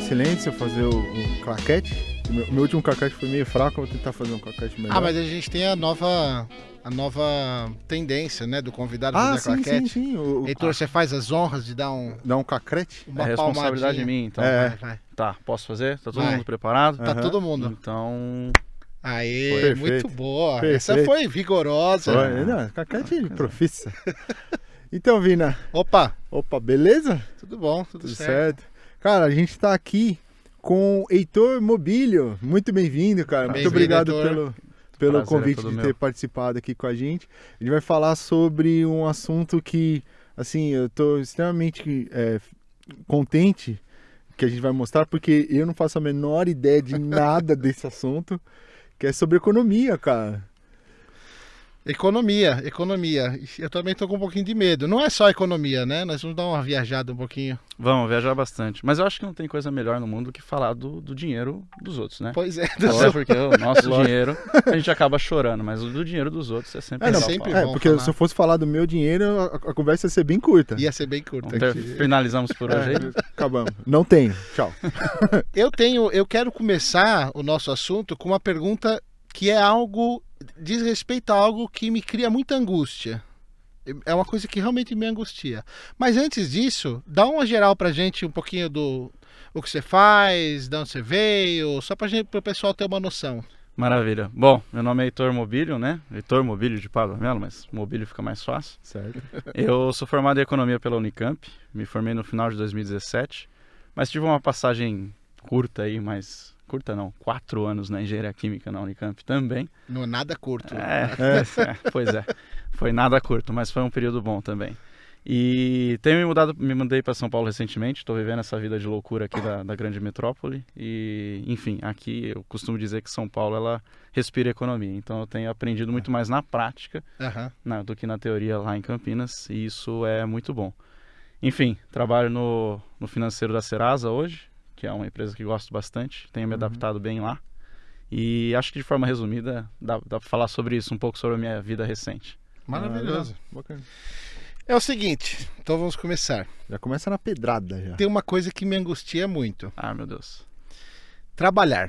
silêncio, fazer o claquete. Meu último claquete foi meio fraco, eu vou tentar fazer um claquete melhor. Mas a gente tem a nova tendência, né, do convidado fazer claquete. Sim. Heitor, você faz as honras de dar um... Dá um claquete? Uma responsabilidade palmadinha. Minha, então. Vai. Tá, posso fazer? Tá todo Vai. mundo preparado? Tá todo mundo. Então... Aê, Perfeito. muito boa. Perfeito. Essa foi vigorosa. Não, claquete de profissa. Então, Vina. Opa, Beleza? tudo bom, tudo certo. Certo. Cara, a gente tá aqui com o Heitor Mobilio. Muito bem-vindo, cara. Muito obrigado pelo Prazer, convite de ter participado aqui com a gente. A gente vai falar sobre um assunto que, assim, eu tô extremamente contente que a gente vai mostrar, porque eu não faço a menor ideia de nada desse assunto, que é sobre economia, cara. Economia. Eu também tô com um pouquinho de medo. Não é só economia, né? Nós vamos dar uma viajada um pouquinho. Vamos viajar bastante. Mas eu acho que não tem coisa melhor no mundo do que falar do dinheiro dos outros, né? Pois é. Até porque o nosso dinheiro, a gente acaba chorando, mas o do dinheiro dos outros é sempre legal sempre falar. bom porque falar. se eu fosse falar do meu dinheiro, a conversa ia ser bem curta. Ia ser bem curto. Finalizamos por hoje aí. Acabamos. Não tenho. Tchau. Eu quero começar o nosso assunto com uma pergunta que é algo, diz respeito a algo que me cria muita angústia. É uma coisa que realmente me angustia. Mas antes disso, dá uma geral pra gente um pouquinho do o que você faz, de onde você veio, só para o pessoal ter uma noção. Maravilha. Bom, meu nome é Heitor Mobilio, né? Heitor Mobilio de Pádua Melo, mas Mobilio fica mais fácil. Certo. Eu sou formado em Economia pela Unicamp, me formei no final de 2017, mas tive uma passagem curta aí, mas... Curta não, 4 anos na Engenharia Química na Unicamp também. Não é nada curto. Pois é. Foi nada curto, mas foi um período bom também. E me mudei para São Paulo recentemente, estou vivendo essa vida de loucura aqui da grande metrópole. E, enfim, aqui eu costumo dizer que São Paulo, ela respira economia. Então eu tenho aprendido muito mais na prática do que na teoria lá em Campinas, e isso é muito bom. Enfim, trabalho no financeiro da Serasa hoje, que é uma empresa que gosto bastante, tenho me adaptado bem lá. E acho que de forma resumida dá para falar sobre isso, um pouco sobre a minha vida recente. Maravilhoso. Bacana. É o seguinte, então vamos começar. Já começa na pedrada já. Tem uma coisa que me angustia muito. Ah, meu Deus. Trabalhar.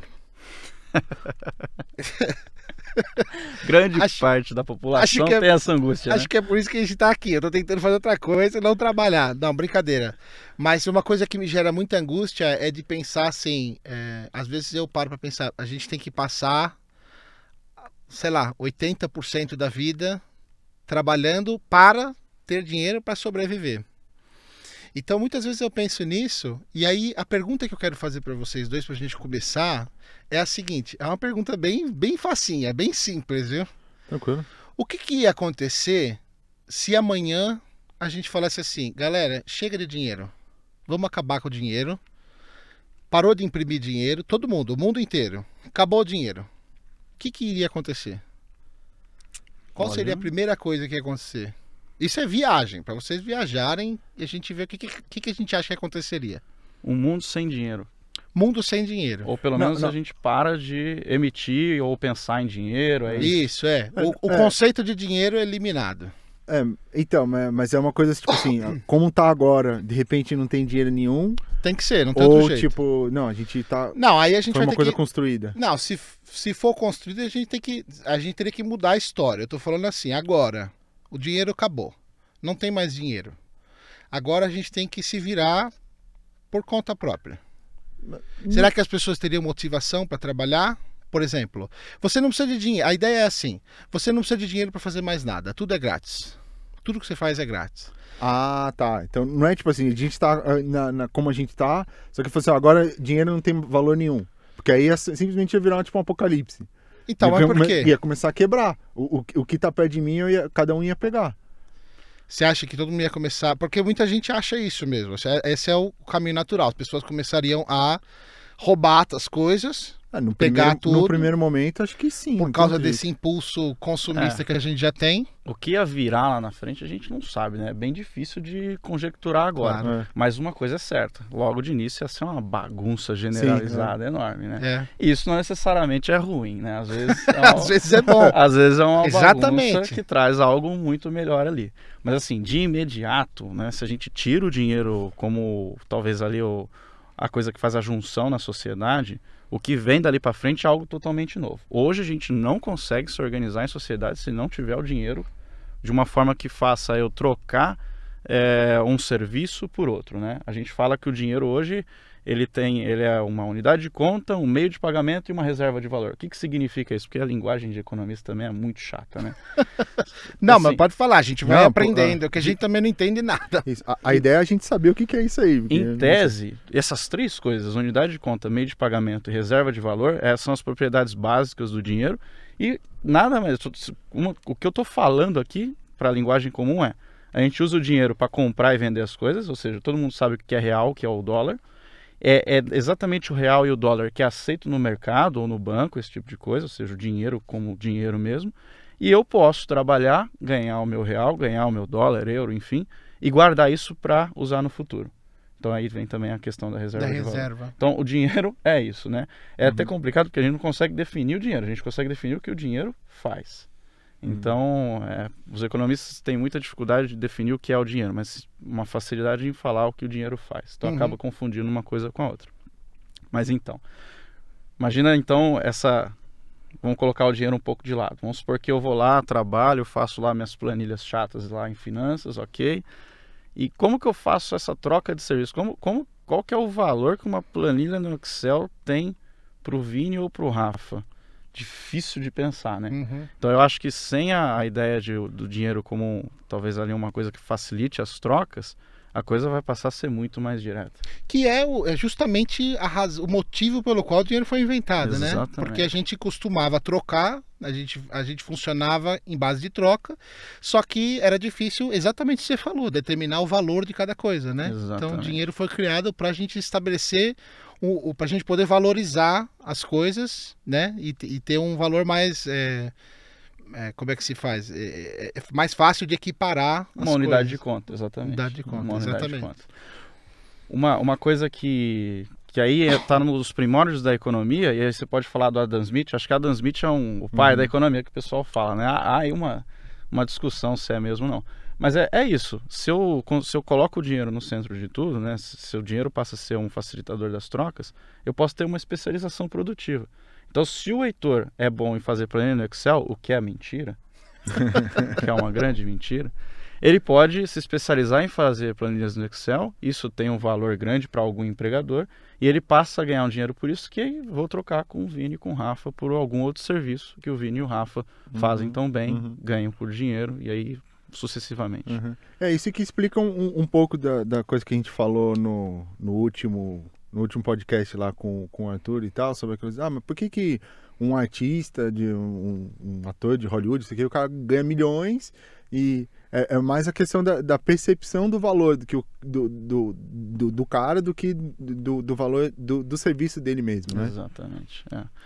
Grande parte da população tem essa angústia, Acho que é por isso que a gente está aqui. Eu estou tentando fazer outra coisa e não trabalhar. Não, brincadeira. Mas uma coisa que me gera muita angústia é de pensar assim... às vezes eu paro para pensar, a gente tem que passar, sei lá, 80% da vida trabalhando para ter dinheiro para sobreviver. Então muitas vezes eu penso nisso, e aí a pergunta que eu quero fazer para vocês dois, para a gente começar, é a seguinte, é uma pergunta bem facinha, bem simples, viu? Tranquilo. O que ia acontecer se amanhã a gente falasse assim, galera, chega de dinheiro, vamos acabar com o dinheiro, parou de imprimir dinheiro, todo mundo, o mundo inteiro, acabou o dinheiro. O que iria acontecer? Qual seria a primeira coisa que ia acontecer? Isso é viagem, para vocês viajarem e a gente ver o que a gente acha que aconteceria. Um mundo sem dinheiro. Mundo sem dinheiro. Ou pelo menos a gente para de emitir ou pensar em dinheiro. Isso. O conceito de dinheiro é eliminado. Então, mas é uma coisa tipo assim, como tá agora, de repente não tem dinheiro nenhum. Tem que ser, não tem outro jeito. Ou tipo, não, a gente tá... Não, aí a gente foi vai uma ter coisa que... construída. Não, se for construída, a gente teria que mudar a história. Eu tô falando assim, agora, o dinheiro acabou. Não tem mais dinheiro. Agora a gente tem que se virar por conta própria. Será que as pessoas teriam motivação para trabalhar? Por exemplo, você não precisa de dinheiro. A ideia é assim, você não precisa de dinheiro para fazer mais nada. Tudo é grátis. Tudo que você faz é grátis. Ah, tá. Então não é tipo assim, a gente tá como a gente tá, só que assim, agora dinheiro não tem valor nenhum. Porque aí simplesmente ia virar tipo um apocalipse. Então, mas por quê? Ia começar a quebrar. O que tá perto de mim, cada um ia pegar. Você acha que todo mundo ia começar... Porque muita gente acha isso mesmo. Esse é o caminho natural. As pessoas começariam a roubar as coisas, pegar tudo. No primeiro momento, acho que sim. Por causa desse impulso consumista que a gente já tem. O que ia virar lá na frente a gente não sabe, né? É bem difícil de conjecturar agora. Claro. Mas uma coisa é certa. Logo de início ia ser uma bagunça generalizada enorme, né? É. Isso não necessariamente é ruim, né? Às vezes às vezes é bom. Às vezes é uma Exatamente. bagunça que traz algo muito melhor ali. Mas assim, de imediato, né? Se a gente tira o dinheiro como talvez ali a coisa que faz a junção na sociedade, o que vem dali para frente é algo totalmente novo. Hoje a gente não consegue se organizar em sociedade se não tiver o dinheiro de uma forma que faça eu trocar um serviço por outro, né? A gente fala que o dinheiro hoje ele é uma unidade de conta, um meio de pagamento e uma reserva de valor. O que significa isso? Porque a linguagem de economista também é muito chata, né? Não, assim, mas pode falar, a gente vai aprendendo, porque a gente também não entende nada. Isso. A ideia é a gente saber o que é isso aí. Em tese, essas três coisas, unidade de conta, meio de pagamento e reserva de valor, são as propriedades básicas do dinheiro. E nada mais, o que eu estou falando aqui, para a linguagem comum a gente usa o dinheiro para comprar e vender as coisas, ou seja, todo mundo sabe o que é real, o que é o dólar. É exatamente o real e o dólar que é aceito no mercado ou no banco, esse tipo de coisa, ou seja, o dinheiro como dinheiro mesmo. E eu posso trabalhar, ganhar o meu real, ganhar o meu dólar, euro, enfim, e guardar isso para usar no futuro. Então aí vem também a questão da reserva de valor. Então o dinheiro é isso, né? É até complicado porque a gente não consegue definir o dinheiro, a gente consegue definir o que o dinheiro faz. Então, os economistas têm muita dificuldade de definir o que é o dinheiro, mas uma facilidade em falar o que o dinheiro faz. Então, acaba confundindo uma coisa com a outra. Mas então, imagina então vamos colocar o dinheiro um pouco de lado. Vamos supor que eu vou lá, trabalho, faço lá minhas planilhas chatas lá em finanças, ok? E como que eu faço essa troca de serviço? Qual que é o valor que uma planilha no Excel tem para o Vini ou para o Rafa? Difícil de pensar, né? Então eu acho que sem a ideia do dinheiro como talvez ali uma coisa que facilite as trocas, a coisa vai passar a ser muito mais direta. Que é justamente o motivo pelo qual o dinheiro foi inventado, Exatamente. né? Porque a gente costumava trocar, a gente funcionava em base de troca, só que era difícil, exatamente o que você falou, determinar o valor de cada coisa, né? Exatamente. Então o dinheiro foi criado para a gente estabelecer, para a gente poder valorizar as coisas, né? E ter um valor mais... como é que se faz? É mais fácil de equiparar uma unidade de conta, exatamente. Unidade de conta, exatamente. Uma coisa que aí está nos primórdios da economia, e aí você pode falar do Adam Smith, acho que Adam Smith é o pai da economia que o pessoal fala, né? Há aí uma discussão se é mesmo ou não. Mas é isso, se eu coloco o dinheiro no centro de tudo, né? Se o dinheiro passa a ser um facilitador das trocas, eu posso ter uma especialização produtiva. Então, se o Heitor é bom em fazer planilha no Excel, o que é mentira, que é uma grande mentira, ele pode se especializar em fazer planilhas no Excel, isso tem um valor grande para algum empregador, e ele passa a ganhar um dinheiro por isso, que aí vou trocar com o Vini e com o Rafa por algum outro serviço que o Vini e o Rafa fazem tão bem, ganham por dinheiro, e aí sucessivamente. É isso que explica um pouco da coisa que a gente falou no último podcast lá com o Arthur e tal, sobre aqueles, mas por que um artista, um ator de Hollywood, isso aqui, o cara ganha milhões e é mais a questão da percepção do valor do cara do que do valor do serviço dele mesmo, né? Exatamente,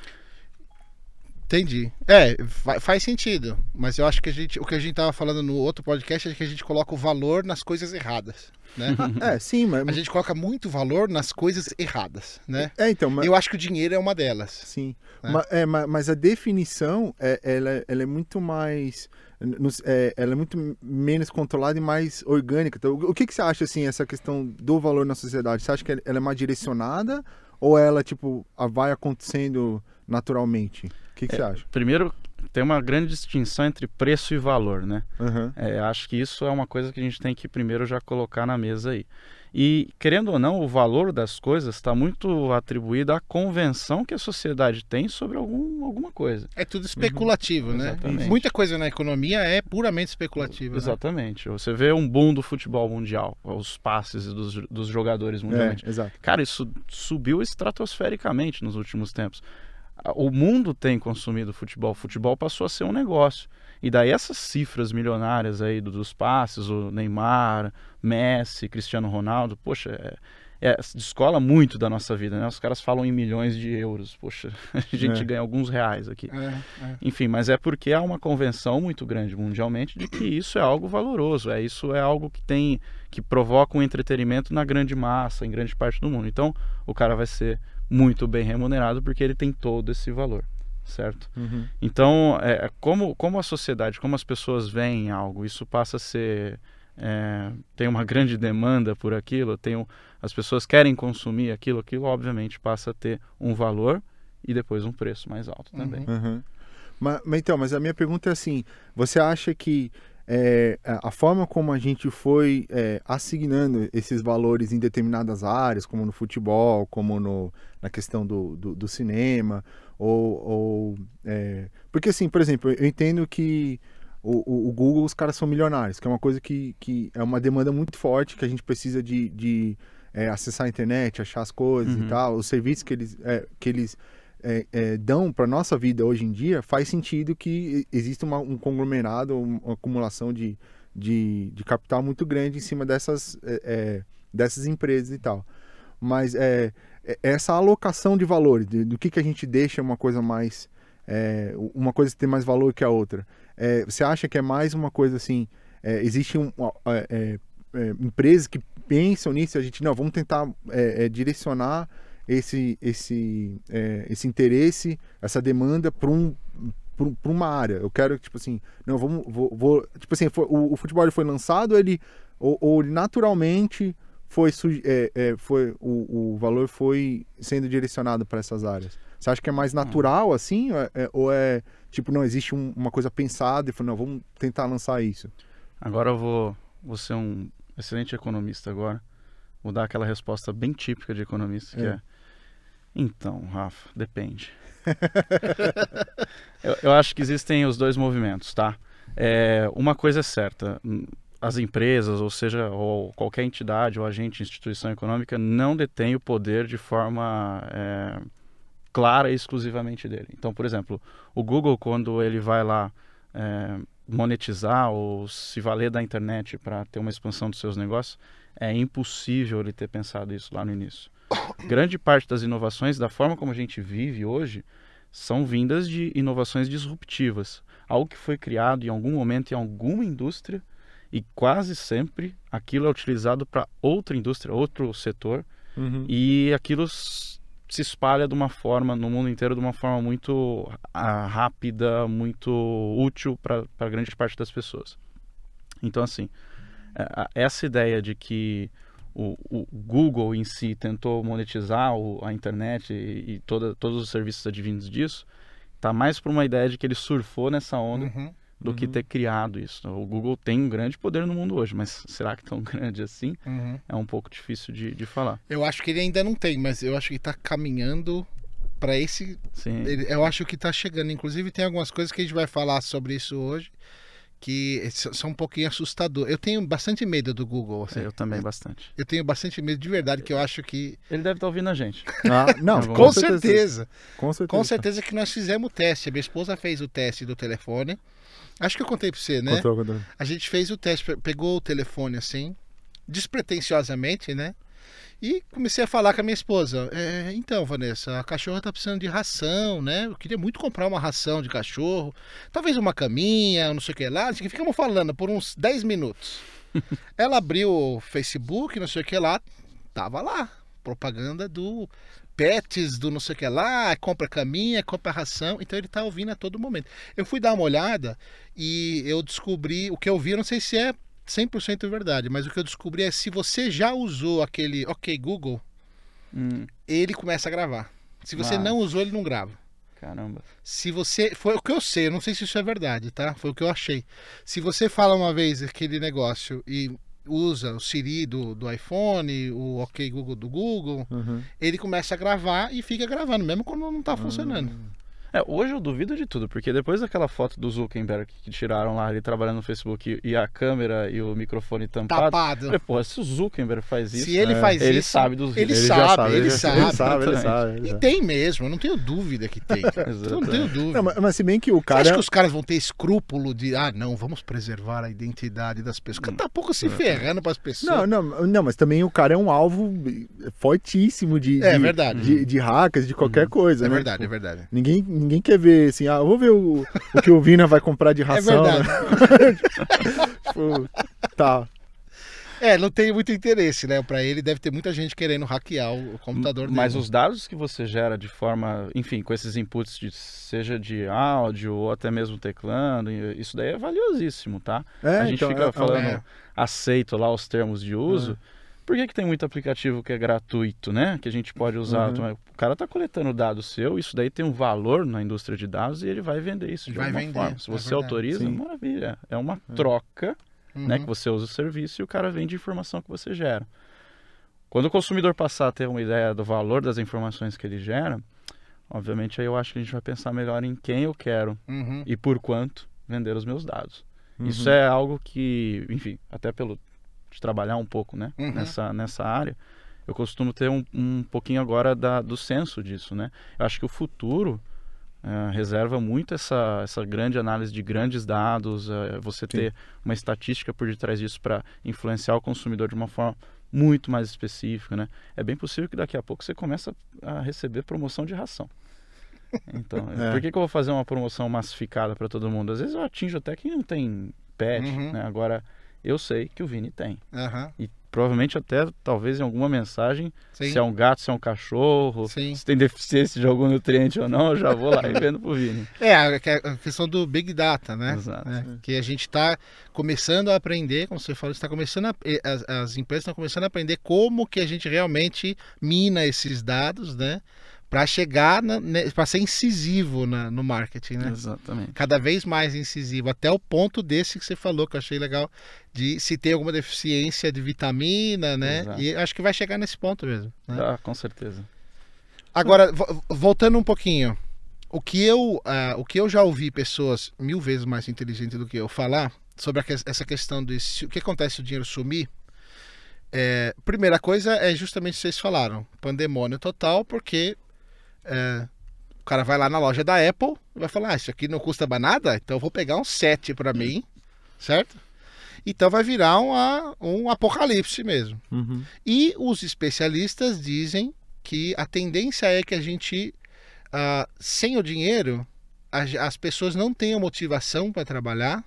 Entendi. Faz sentido. Mas eu acho que o que a gente tava falando no outro podcast é que a gente coloca o valor nas coisas erradas, né? Sim, mas... A gente coloca muito valor nas coisas erradas, né? Então, mas... Eu acho que o dinheiro é uma delas. Sim. Mas a definição, ela é muito mais... ela é muito menos controlada e mais orgânica. Então, o que você acha, assim, essa questão do valor na sociedade? Você acha que ela é mais direcionada ou ela, tipo, vai acontecendo naturalmente? O que você acha? Primeiro, tem uma grande distinção entre preço e valor, né? Acho que isso é uma coisa que a gente tem que primeiro já colocar na mesa aí. E, querendo ou não, o valor das coisas está muito atribuído à convenção que a sociedade tem sobre alguma coisa. É tudo especulativo, né? Exatamente. Muita coisa na economia é puramente especulativa. Exatamente. Né? Você vê um boom do futebol mundial, os passes dos jogadores mundialmente. Exato. Cara, isso subiu estratosfericamente nos últimos tempos. O mundo tem consumido futebol. O futebol passou a ser um negócio. E daí essas cifras milionárias aí dos passes, o Neymar, Messi, Cristiano Ronaldo, poxa, descola muito da nossa vida, né? Os caras falam em milhões de euros. Poxa, a gente ganha alguns reais aqui. Enfim, mas é porque há uma convenção muito grande mundialmente de que isso é algo valoroso. Isso é algo que provoca um entretenimento na grande massa, em grande parte do mundo. Então, o cara vai ser muito bem remunerado porque ele tem todo esse valor, certo? Então, como a sociedade, como as pessoas veem algo, isso passa a ser tem uma grande demanda por aquilo, as pessoas querem consumir aquilo obviamente passa a ter um valor e depois um preço mais alto também. Uhum. Mas a minha pergunta é assim, você acha que a forma como a gente foi assignando esses valores em determinadas áreas, como no futebol, como na questão do cinema, porque assim, por exemplo, eu entendo que o Google, os caras são milionários, que é uma coisa que é uma demanda muito forte, que a gente precisa de acessar a internet, achar as coisas e tal, os serviços que eles dão para nossa vida hoje em dia, faz sentido que exista um conglomerado, uma acumulação de capital muito grande em cima dessas empresas e tal. Mas essa alocação de valores, do que a gente deixa uma coisa mais... uma coisa tem mais valor que a outra. Você acha que é mais uma coisa assim... existe empresas que pensam nisso, a gente, não, vamos tentar direcionar esse interesse, essa demanda para uma área. Eu quero, tipo assim, não, tipo assim, o futebol ele foi lançado, ou ele naturalmente o valor foi sendo direcionado para essas áreas. Você acha que é mais natural assim, ou tipo, não existe uma coisa pensada e falou, não, vamos tentar lançar isso? Agora eu vou ser um excelente economista agora. Vou dar aquela resposta bem típica de economista, que é então, Rafa, depende. eu acho que existem os dois movimentos, tá? Uma coisa é certa, as empresas, ou qualquer entidade ou agente, instituição econômica, não detém o poder de forma clara e exclusivamente dele. Então, por exemplo, o Google, quando ele vai lá monetizar ou se valer da internet para ter uma expansão dos seus negócios, é impossível ele ter pensado isso lá no início. Grande parte das inovações, da forma como a gente vive hoje, são vindas de inovações disruptivas. Algo que foi criado em algum momento em alguma indústria e quase sempre aquilo é utilizado para outra indústria, outro setor, e aquilo se espalha de uma forma, no mundo inteiro, de uma forma muito rápida, muito útil para grande parte das pessoas. Então, assim, essa ideia de que o Google em si tentou monetizar a internet e todos os serviços advindos disso, está mais por uma ideia de que ele surfou nessa onda do que ter criado isso. O Google tem um grande poder no mundo hoje, mas será que tão grande assim? É um pouco difícil de falar. Eu acho que ele ainda não tem, mas eu acho que está caminhando para esse... Sim. Eu acho que está chegando. Inclusive tem algumas coisas que a gente vai falar sobre isso hoje, que são um pouquinho assustadoras. Eu tenho bastante medo do Google. Assim. Eu também, bastante. Eu tenho bastante medo de verdade, que eu acho que... Ele deve estar ouvindo a gente. Não, com certeza. Com certeza. Com certeza que nós fizemos o teste. A minha esposa fez o teste do telefone. Acho que eu contei pra você, né? Contou. A gente fez o teste, pegou o telefone assim, despretensiosamente, né? E comecei a falar com a minha esposa. Então, Vanessa, a cachorra tá precisando de ração, né? Eu queria muito comprar uma ração de cachorro. Talvez uma caminha, não sei o que lá. Ficamos falando por uns 10 minutos. Ela abriu o Facebook, não sei o que lá. Tava lá. Propaganda do Pets, do não sei o que lá. Compra caminha, compra ração. Então ele tá ouvindo a todo momento. Eu fui dar uma olhada e eu descobri... O que eu vi, eu não sei se é 100% verdade, mas o que eu descobri é, se você já usou aquele OK Google, ele começa a gravar. Se você não usou, ele não grava. Caramba. Se você... Foi o que eu sei, eu não sei se isso é verdade, tá? Foi o que eu achei. Se você fala uma vez aquele negócio e usa o Siri do iPhone, o OK Google do Google, ele começa a gravar e fica gravando, mesmo quando não tá funcionando. Hoje eu duvido de tudo, porque depois daquela foto do Zuckerberg que tiraram lá, ele trabalhando no Facebook e a câmera e o microfone tampado. Tapado. Pô, se o Zuckerberg faz isso, se ele faz ele isso, sabe dos ele vídeos. sabe. Ele sabe. E tem mesmo, eu não tenho dúvida que tem. Eu não tenho dúvida. Não, mas se bem que o Você cara... acha que os caras vão ter escrúpulo de, não, vamos preservar a identidade das pessoas? O cara tá pouco se ferrando pras pessoas. Não, mas também o cara é um alvo fortíssimo de hackers, de qualquer coisa, né? Verdade, é verdade. Ninguém quer ver assim, eu vou ver o que o Vina vai comprar de ração. É verdade. Né? Tipo, tá. Não tem muito interesse, né? Pra ele deve ter muita gente querendo hackear o computador dele. Mas os dados que você gera de forma, enfim, com esses inputs, seja de áudio ou até mesmo teclando, isso daí é valiosíssimo, tá? A gente fica falando aceito lá os termos de uso. Por que tem muito aplicativo que é gratuito, né? Que a gente pode usar. O cara tá coletando dados seu, isso daí tem um valor na indústria de dados e ele vai vender isso de alguma forma. Se você autoriza, maravilha. É uma troca, né? Que você usa o serviço e o cara vende a informação que você gera. Quando o consumidor passar a ter uma ideia do valor das informações que ele gera, obviamente aí eu acho que a gente vai pensar melhor em quem eu quero e por quanto vender os meus dados. Isso é algo que, enfim, até de trabalhar um pouco, né, nessa área, eu costumo ter um pouquinho agora do senso disso, né? Eu acho que o futuro reserva muito essa grande análise de grandes dados, você ter uma estatística por detrás disso para influenciar o consumidor de uma forma muito mais específica, né? É bem possível que daqui a pouco você comece a receber promoção de ração. Então, por que eu vou fazer uma promoção massificada para todo mundo? Às vezes eu atinjo até quem não tem pet, né? Agora, eu sei que o Vini tem. E provavelmente até, talvez em alguma mensagem, se é um gato, se é um cachorro, se tem deficiência de algum nutriente ou não, eu já vou lá e vendo pro Vini. A questão do Big Data, né? Exato. Que a gente está começando a aprender, como você falou, as empresas estão começando a aprender como que a gente realmente mina esses dados, né? Para chegar, para ser incisivo no marketing, né? Exatamente. Cada vez mais incisivo, até o ponto desse que você falou, que eu achei legal, de se tem alguma deficiência de vitamina, né? Exato. E acho que vai chegar nesse ponto mesmo. Né? Com certeza. Agora, voltando um pouquinho, o que eu já ouvi pessoas 1000 vezes mais inteligentes do que eu falar sobre essa questão de o que acontece se o dinheiro sumir. Primeira coisa é justamente o que vocês falaram, pandemônio total, porque o cara vai lá na loja da Apple e vai falar, isso aqui não custa mais nada, então eu vou pegar um 7 para mim, certo? Então vai virar um apocalipse mesmo. E os especialistas dizem que a tendência é que a gente, sem o dinheiro, as pessoas não tenham motivação para trabalhar.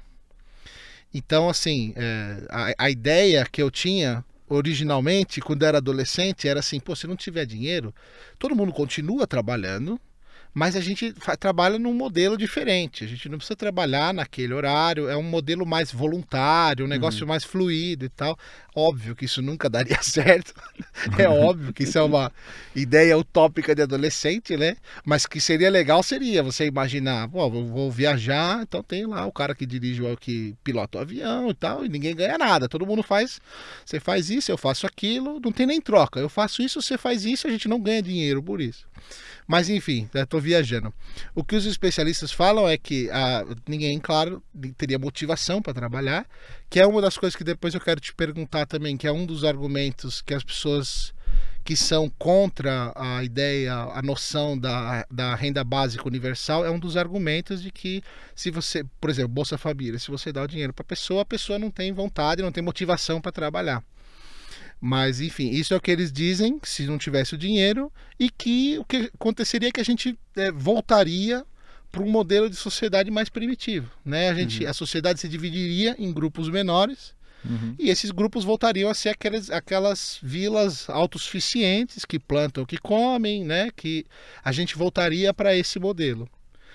Então, assim, a ideia que eu tinha originalmente, quando eu era adolescente, era assim, se não tiver dinheiro, todo mundo continua trabalhando, mas a gente trabalha num modelo diferente. A gente não precisa trabalhar naquele horário, é um modelo mais voluntário, um negócio mais fluido e tal. Óbvio que isso nunca daria certo. É óbvio que isso é uma ideia utópica de adolescente, né? Mas que seria legal seria você imaginar, eu vou viajar, então tem lá o cara que dirige, que pilota o avião e tal, e ninguém ganha nada. Todo mundo faz, você faz isso, eu faço aquilo, não tem nem troca. Eu faço isso, você faz isso, a gente não ganha dinheiro por isso. Mas enfim, estou viajando. O que os especialistas falam é que ninguém, claro, teria motivação para trabalhar, que é uma das coisas que depois eu quero te perguntar também, que é um dos argumentos que as pessoas que são contra a ideia, a noção da renda básica universal, é um dos argumentos de que se você, por exemplo, Bolsa Família, se você dá o dinheiro para a pessoa não tem vontade, não tem motivação para trabalhar. Mas, enfim, isso é o que eles dizem, se não tivesse o dinheiro, e que o que aconteceria é que a gente voltaria para um modelo de sociedade mais primitivo. Né? A sociedade se dividiria em grupos menores, e esses grupos voltariam a ser aquelas vilas autossuficientes que plantam o que comem, né? Que a gente voltaria para esse modelo.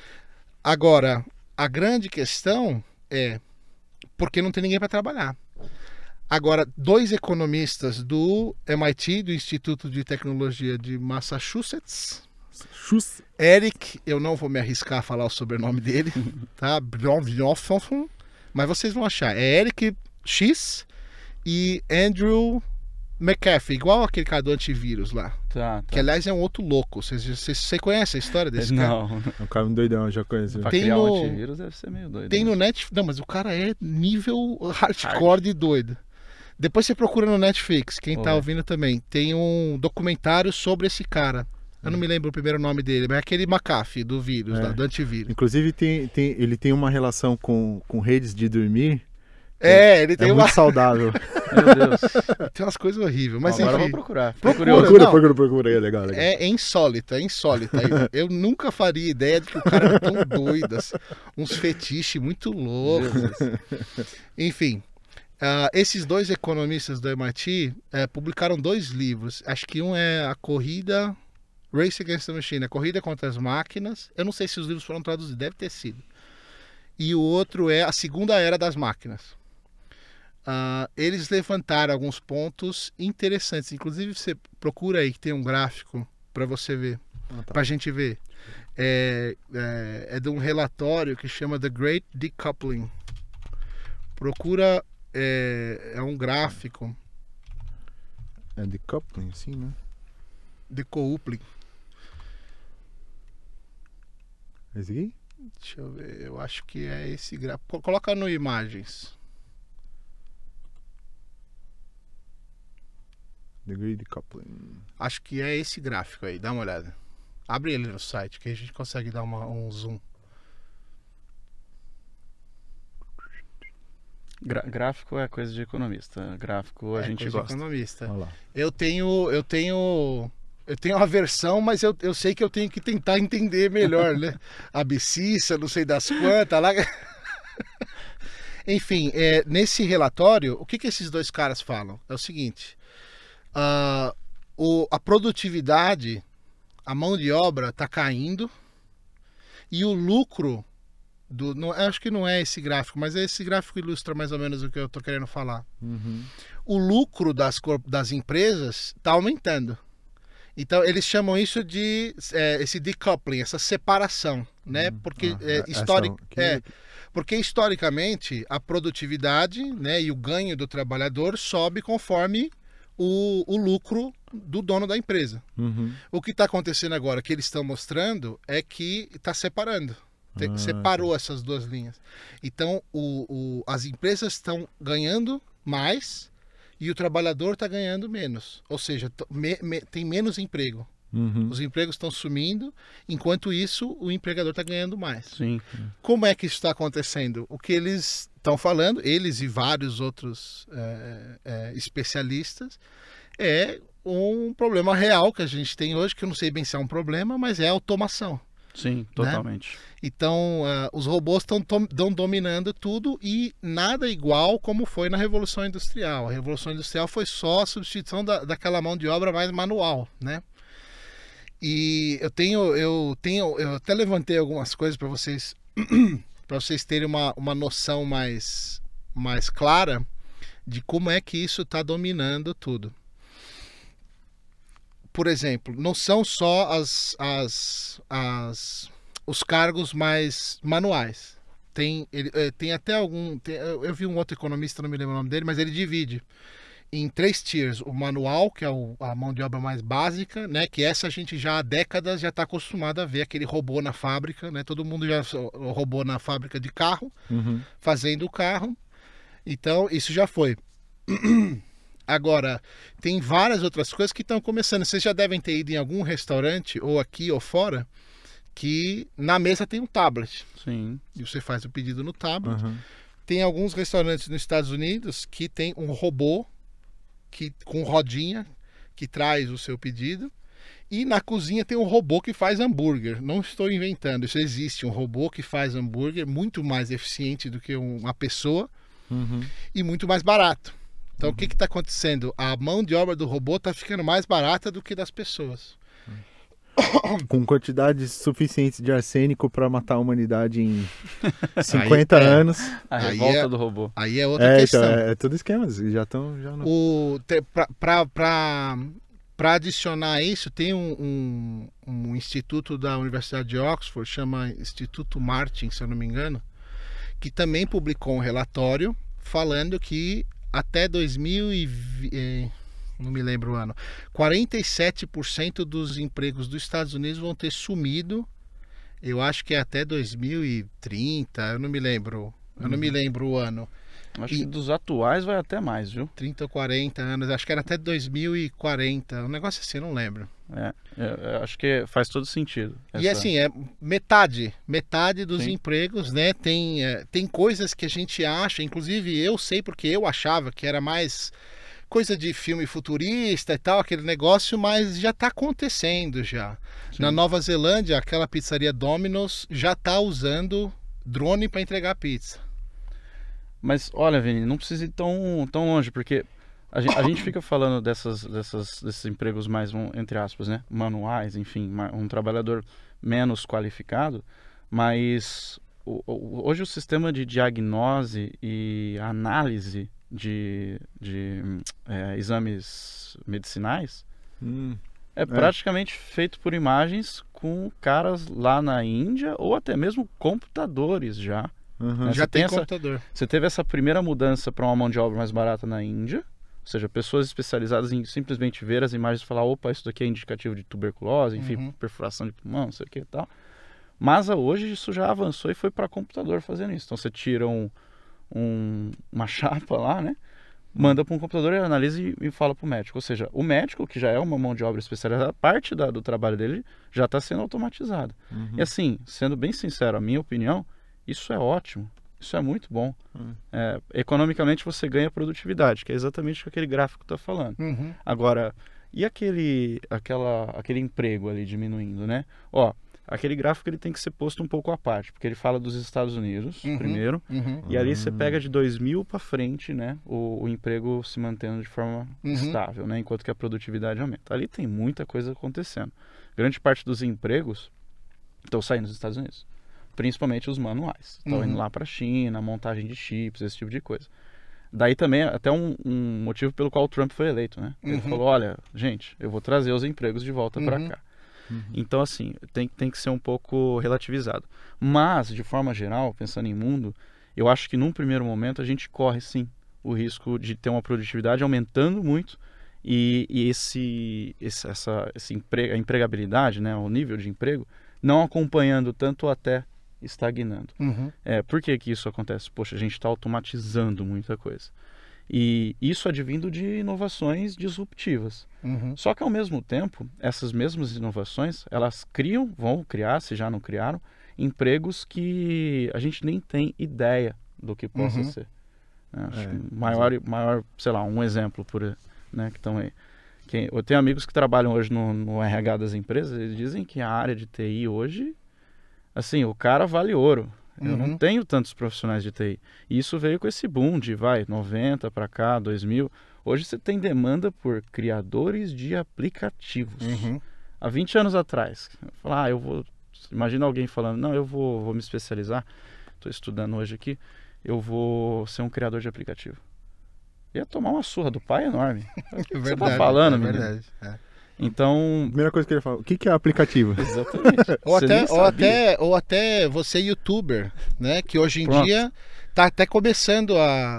Agora, a grande questão é porque não tem ninguém para trabalhar. Agora, 2 economistas do MIT, do Instituto de Tecnologia de Massachusetts, Eric, eu não vou me arriscar a falar o sobrenome dele, tá? Mas vocês vão achar. É Eric X e Andrew McAfee, igual aquele cara do antivírus lá. Tá. Que, aliás, é um outro louco. Você conhece a história desse cara? Não. É um cara doidão, eu já conheci. Pra criar um antivírus deve ser meio doido. Tem no Netflix. Não, mas o cara é nível hardcore de doido. Depois você procura no Netflix, quem tá ouvindo também. Tem um documentário sobre esse cara. Eu não me lembro o primeiro nome dele, mas é aquele McAfee do vírus, do antivírus. Inclusive, ele tem uma relação com redes de dormir. Ele tem muito saudável. Meu Deus. Tem umas coisas horríveis. Mas agora enfim, eu vou procurar. Procura, é legal. É insólita. Eu nunca faria ideia de que o cara é tão doido. Assim, uns fetiches muito loucos. Enfim. Esses dois economistas do MIT publicaram 2 livros. Acho que um é a corrida Race Against the Machine, a corrida contra as máquinas. Eu não sei se os livros foram traduzidos, deve ter sido. E o outro é a segunda era das máquinas. Eles levantaram alguns pontos interessantes. Inclusive, você procura aí que tem um gráfico para você ver, para a gente ver. É de um relatório que chama The Great Decoupling. Procura, é um gráfico. É decoupling, sim, né? Decoupling. Esse aqui? Deixa eu ver, eu acho que é esse gráfico. Coloca no imagens. The Great Decoupling. Acho que é esse gráfico aí, dá uma olhada. Abre ele no site que a gente consegue dar um zoom. Gráfico é coisa de economista. Gráfico a gente coisa de gosta. economista. Olha lá. Eu tenho uma versão, mas eu sei que eu tenho que tentar entender melhor, né? Abscissa, não sei das quantas lá. Enfim, nesse relatório, o que esses dois caras falam? É o seguinte: a produtividade, a mão de obra está caindo e o lucro acho que não é esse gráfico, mas esse gráfico ilustra mais ou menos o que eu estou querendo falar. Uhum. O lucro das empresas está aumentando. Então eles chamam isso de esse decoupling, essa separação, né? Porque porque historicamente a produtividade, né, e o ganho do trabalhador sobe conforme o lucro do dono da empresa. Uhum. O que está acontecendo agora, que eles estão mostrando, é que está separando. Separou essas duas linhas. Então as empresas estão ganhando mais e o trabalhador está ganhando menos. Ou seja, tem menos emprego. Uhum. Os empregos estão sumindo, enquanto isso o empregador está ganhando mais. Sim. Como é que isso está acontecendo? O que eles estão falando, eles e vários outros especialistas, é um problema real que a gente tem hoje, que eu não sei bem se é um problema, mas é a automação. Sim, totalmente. Né? Então, os robôs estão dominando tudo e nada igual como foi na Revolução Industrial. A Revolução Industrial foi só a substituição daquela mão de obra mais manual, né? E eu até levantei algumas coisas para vocês terem uma noção mais clara de como é que isso está dominando tudo. Por exemplo, não são só os cargos mais manuais. Tem até eu vi um outro economista, não me lembro o nome dele, mas ele divide em 3 tiers. O manual, que é a mão de obra mais básica, né? Que essa a gente já há décadas já está acostumado a ver aquele robô na fábrica, né? Todo mundo já robô na fábrica de carro, Uhum. fazendo o carro. Então, isso já foi. Agora, tem várias outras coisas que estão começando. Vocês já devem ter ido em algum restaurante, ou aqui ou fora, que na mesa tem um tablet. Sim. E você faz o pedido no tablet. Uhum. Tem alguns restaurantes nos Estados Unidos que tem um robô com rodinha que traz o seu pedido. E na cozinha tem um robô que faz hambúrguer. Não estou inventando, isso existe. Um robô que faz hambúrguer muito mais eficiente do que uma pessoa. Uhum. E muito mais barato. Então, o que está acontecendo? A mão de obra do robô está ficando mais barata do que das pessoas. Com quantidades suficientes de arsênico para matar a humanidade em 50 anos. A Aí revolta do robô. Aí é outra questão. Então, é tudo esquema. Já estão. Para adicionar isso, tem um instituto da Universidade de Oxford, chama Instituto Martin, se eu não me engano, que também publicou um relatório falando que até 2020, não me lembro o ano, 47% dos empregos dos Estados Unidos vão ter sumido. Eu acho que é até 2030, eu não me lembro o ano. Acho que dos atuais vai até mais, viu? 30 ou 40 anos, acho que era até 2040, um negócio assim, eu não lembro. Eu acho que faz todo sentido. E assim, é metade dos Sim. empregos, né? Tem coisas que a gente acha, inclusive eu sei porque eu achava que era mais coisa de filme futurista e tal, aquele negócio, mas já está acontecendo já. Sim. Na Nova Zelândia, aquela pizzaria Domino's já está usando drone para entregar pizza. Mas olha, Vini, não precisa ir tão longe, porque a gente fica falando desses empregos mais, entre aspas, né, manuais, enfim, um trabalhador menos qualificado, mas hoje o sistema de diagnose e análise de exames medicinais é praticamente feito por imagens com caras lá na Índia ou até mesmo computadores já. Né? Já tem computador. Você teve essa primeira mudança para uma mão de obra mais barata na Índia, ou seja, pessoas especializadas em simplesmente ver as imagens e falar, opa, isso daqui é indicativo de tuberculose, enfim, perfuração de pulmão, não sei o que e tal. Mas hoje isso já avançou e foi para computador fazendo isso. Então você tira uma chapa lá, né? Manda para um computador, ele analisa e fala para o médico. Ou seja, o médico, que já é uma mão de obra especializada, parte do trabalho dele já está sendo automatizado. E assim, sendo bem sincero, a minha opinião, isso é ótimo. Isso é muito bom. Economicamente você ganha produtividade, que é exatamente o que aquele gráfico está falando. Agora, e aquele emprego ali diminuindo, né? Ó, aquele gráfico ele tem que ser posto um pouco à parte, porque ele fala dos Estados Unidos primeiro, e ali você pega de 2000 para frente, né, o emprego se mantendo de forma estável, né, enquanto que a produtividade aumenta. Ali tem muita coisa acontecendo. Grande parte dos empregos estão saindo dos Estados Unidos, principalmente os manuais. Estão indo lá para a China, montagem de chips, esse tipo de coisa. Daí também até um motivo pelo qual o Trump foi eleito, né? Ele falou, olha, gente, eu vou trazer os empregos de volta para cá. Então, assim, tem que ser um pouco relativizado. Mas, de forma geral, pensando em mundo, eu acho que num primeiro momento a gente corre, sim, o risco de ter uma produtividade aumentando muito e a empregabilidade, né, o nível de emprego, não acompanhando tanto ou até estagnando. Por que isso acontece? Poxa, a gente está automatizando muita coisa. E isso advindo de inovações disruptivas. Só que, ao mesmo tempo, essas mesmas inovações, elas vão criar, se já não criaram, empregos que a gente nem tem ideia do que possa ser. Acho que maior, sei lá, um exemplo, né, que estão aí. Eu tenho amigos que trabalham hoje no RH das empresas, eles dizem que a área de TI hoje, assim, o cara vale ouro. Eu não tenho tantos profissionais de TI. E isso veio com esse boom de, 90 para cá, 2000. Hoje você tem demanda por criadores de aplicativos. Há 20 anos atrás, imagina alguém falando, não, eu vou me especializar, estou estudando hoje aqui, eu vou ser um criador de aplicativo. Ia tomar uma surra do pai enorme. O que você tá falando, menino? Verdade. Então, primeira coisa que eu ia falar, o que é aplicativo? Exatamente. ou até você youtuber, né? Que hoje em dia tá até começando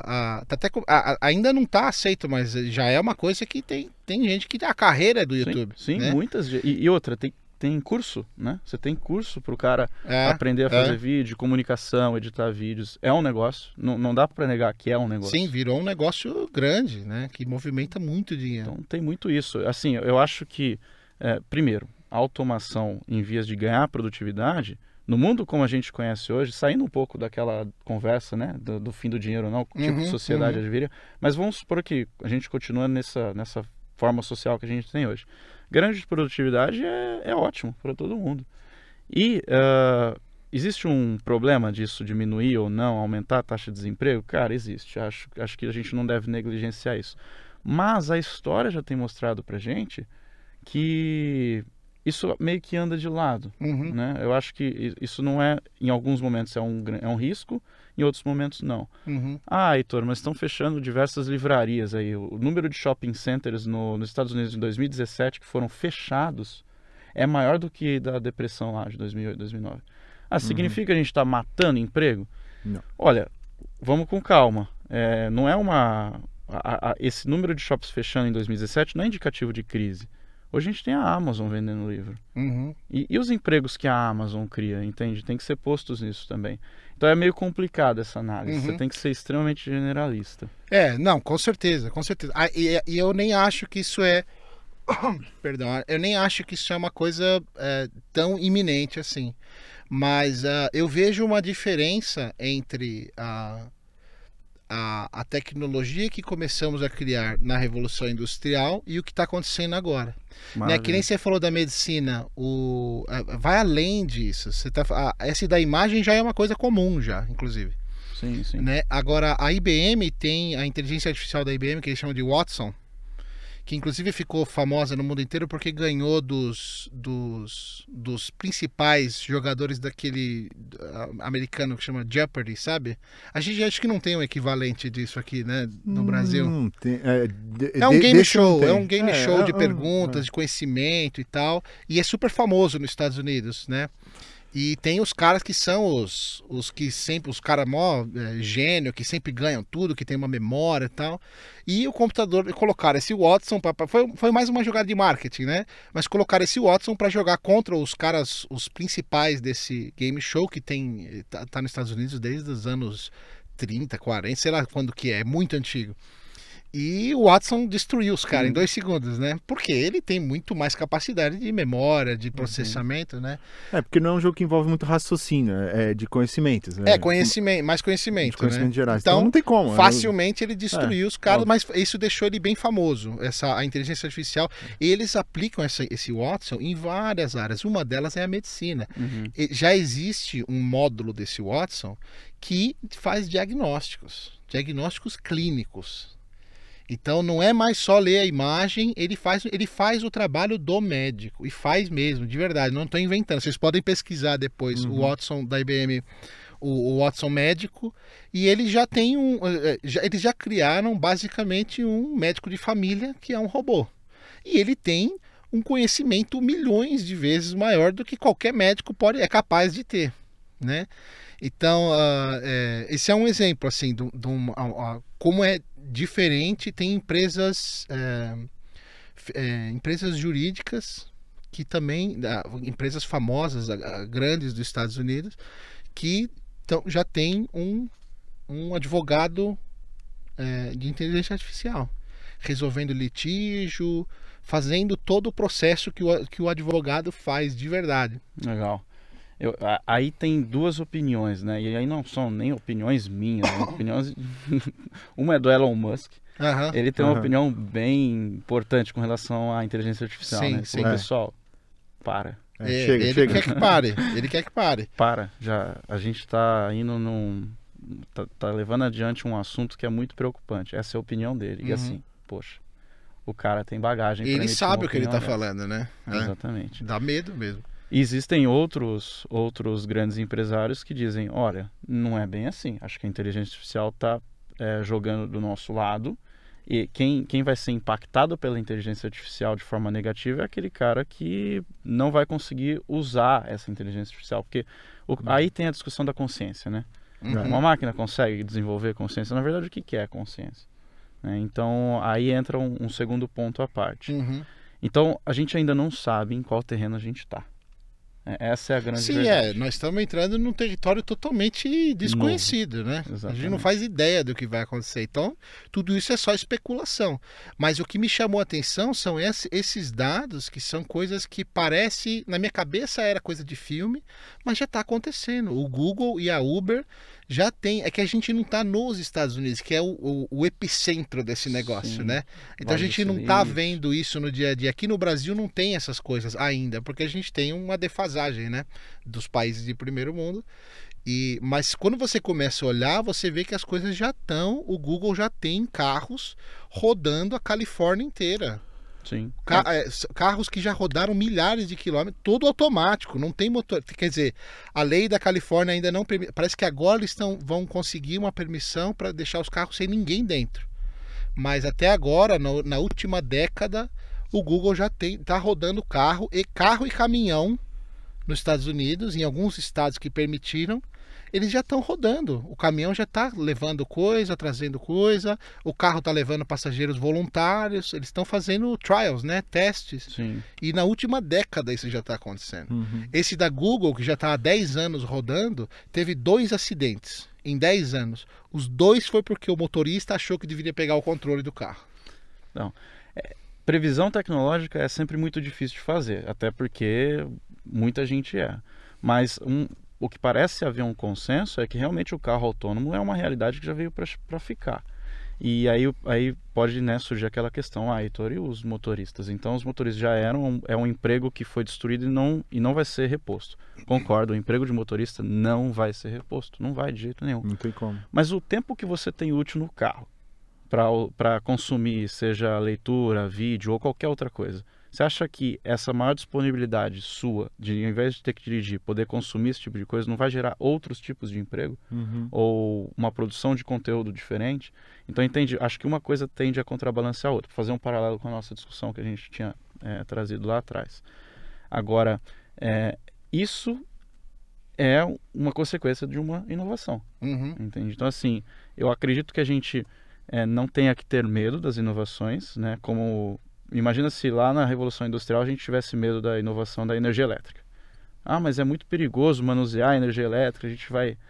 ainda não tá aceito, mas já é uma coisa que tem gente que a carreira é do YouTube. Sim, né? muitas. E outra, tem curso, né? Você tem curso para o cara aprender a fazer vídeo, comunicação, editar vídeos. É um negócio. Não dá para negar que é um negócio. Sim, virou um negócio grande, né? Que movimenta muito dinheiro. Então tem muito isso. Assim, eu acho que, primeiro, a automação em vias de ganhar produtividade, no mundo como a gente conhece hoje, saindo um pouco daquela conversa, né? Do fim do dinheiro, não, tipo de sociedade adviria, mas vamos supor que a gente continua nessa forma social que a gente tem hoje. Grande produtividade é ótimo para todo mundo. E existe um problema disso diminuir ou não, aumentar a taxa de desemprego? Cara, existe. Acho que a gente não deve negligenciar isso. Mas a história já tem mostrado para gente que isso meio que anda de lado. Né? Eu acho que isso não é, em alguns momentos é um risco, em outros momentos não. Heitor, mas estão fechando diversas livrarias aí. O número de shopping centers nos Estados Unidos em 2017 que foram fechados é maior do que da depressão lá de 2008, 2009. Significa que a gente está matando emprego? Não. Olha, vamos com calma. Não é esse número de shops fechando em 2017 não é indicativo de crise. Hoje a gente tem a Amazon vendendo livro. E os empregos que a Amazon cria, entende? Tem que ser postos nisso também. Então é meio complicado essa análise. Você tem que ser extremamente generalista. Não, com certeza, com certeza. E eu nem acho que isso é... Perdão, eu nem acho que isso é uma coisa tão iminente assim. Mas eu vejo uma diferença entre a tecnologia que começamos a criar na Revolução Industrial e o que está acontecendo agora. Né? Que nem você falou da medicina, vai além disso. Essa da imagem já é uma coisa comum, já, inclusive. Sim, sim. Né? Agora, a IBM tem a inteligência artificial da IBM, que eles chamam de Watson, que inclusive ficou famosa no mundo inteiro porque ganhou dos principais jogadores daquele americano que chama Jeopardy, sabe? A gente acho que não tem um equivalente disso aqui, né, no Brasil. Tem, É um game desse não show, tem. é um game show de é. perguntas, de conhecimento e tal, e é super famoso nos Estados Unidos, né? E tem os caras que são os que sempre, os caras mó gênio, que sempre ganham tudo, que tem uma memória e tal. E o computador, colocaram esse Watson, foi mais uma jogada de marketing, né? Mas colocaram esse Watson para jogar contra os caras, os principais desse game show, que tá nos Estados Unidos desde os anos 30, 40, sei lá quando que é muito antigo. E o Watson destruiu os caras em 2 segundos, né? Porque ele tem muito mais capacidade de memória, de processamento, né? Porque não é um jogo que envolve muito raciocínio, é de conhecimentos. Né? Conhecimento, mais conhecimento, De conhecimento né? gerais. Então, Então não tem como. facilmente ele destruiu os caras, óbvio. mas isso deixou ele bem famoso, a inteligência artificial. E eles aplicam esse Watson em várias áreas. Uma delas é a medicina. E já existe um módulo desse Watson que faz diagnósticos clínicos. Então não é mais só ler a imagem, ele faz o trabalho do médico, e faz mesmo, de verdade, não estou inventando. Vocês podem pesquisar depois o Watson da IBM, o Watson médico, e ele já tem eles já criaram basicamente um médico de família que é um robô. E ele tem um conhecimento milhões de vezes maior do que qualquer médico é capaz de ter, né? Então, esse é um exemplo assim, como é diferente. Tem empresas jurídicas que também, empresas famosas, grandes dos Estados Unidos, que já tem um advogado de inteligência artificial, resolvendo litígio, fazendo todo o processo que o advogado faz de verdade. Legal. Aí tem duas opiniões, né? E aí não são nem opiniões minhas, né? Opiniões... Uma é do Elon Musk. Ele tem uma opinião bem importante com relação à inteligência artificial, sim, né? Sim. Pessoal, para. Chega. Quer que pare. Ele quer que pare. Para. A gente está indo tá levando adiante um assunto que é muito preocupante. Essa é a opinião dele. E assim, poxa, o cara tem bagagem. Ele sabe o que ele está falando, né? Exatamente. Dá medo mesmo. E existem outros grandes empresários que dizem, olha, não é bem assim. Acho que a inteligência artificial está jogando do nosso lado. E quem vai ser impactado pela inteligência artificial de forma negativa é aquele cara que não vai conseguir usar essa inteligência artificial. Porque aí tem a discussão da consciência, né? Uma máquina consegue desenvolver consciência? Na verdade, o que é consciência? Então, aí entra um segundo ponto à parte. Então, a gente ainda não sabe em qual terreno a gente está. Essa é a grande verdade. Nós estamos entrando num território totalmente desconhecido, né? Exatamente. A gente não faz ideia do que vai acontecer. Então, tudo isso é só especulação. Mas o que me chamou a atenção são esses dados, que são coisas que parece, na minha cabeça era coisa de filme, mas já está acontecendo. O Google e a Uber já tem. É que a gente não está nos Estados Unidos, que é o epicentro desse negócio, Sim. né? Então a gente não está vendo isso no dia a dia. Aqui no Brasil não tem essas coisas ainda, porque a gente tem uma defasagem, né, dos países de primeiro mundo. Mas quando você começa a olhar, você vê que as coisas já estão. O Google já tem carros rodando a Califórnia inteira. Sim. Carros que já rodaram milhares de quilômetros, todo automático, não tem motor. Quer dizer, a lei da Califórnia ainda não permite. Parece que agora eles vão conseguir uma permissão para deixar os carros sem ninguém dentro. Mas até agora, na última década, o Google já está rodando carro e caminhão nos Estados Unidos, em alguns estados que permitiram. Eles já estão rodando. O caminhão já está levando coisa, trazendo coisa. O carro está levando passageiros voluntários. Eles estão fazendo trials, né? Testes. Sim. E na última década isso já está acontecendo. Esse da Google, que já está há 10 anos rodando, teve 2 acidentes em 10 anos. Os 2 foi porque o motorista achou que deveria pegar o controle do carro. Não. Previsão tecnológica é sempre muito difícil de fazer, até porque muita gente erra. Mas o que parece haver um consenso é que realmente o carro autônomo é uma realidade que já veio para ficar. E aí pode, né, surgir aquela questão, Heitor, e os motoristas? Então os motoristas já é um emprego que foi destruído e não vai ser reposto. Concordo, o emprego de motorista não vai ser reposto, não vai de jeito nenhum. Não tem como. Mas o tempo que você tem útil no carro para consumir, seja leitura, vídeo ou qualquer outra coisa, você acha que essa maior disponibilidade sua, de ao invés de ter que dirigir, poder consumir esse tipo de coisa, não vai gerar outros tipos de emprego? Ou uma produção de conteúdo diferente? Então, entende? Acho que uma coisa tende a contrabalancear a outra. Fazer um paralelo com a nossa discussão que a gente tinha trazido lá atrás. Agora, isso é uma consequência de uma inovação. Entende? Então, assim, eu acredito que a gente não tenha que ter medo das inovações, né? Como... Imagina se lá na Revolução Industrial a gente tivesse medo da inovação da energia elétrica. Ah, mas é muito perigoso manusear a energia elétrica, a gente vai...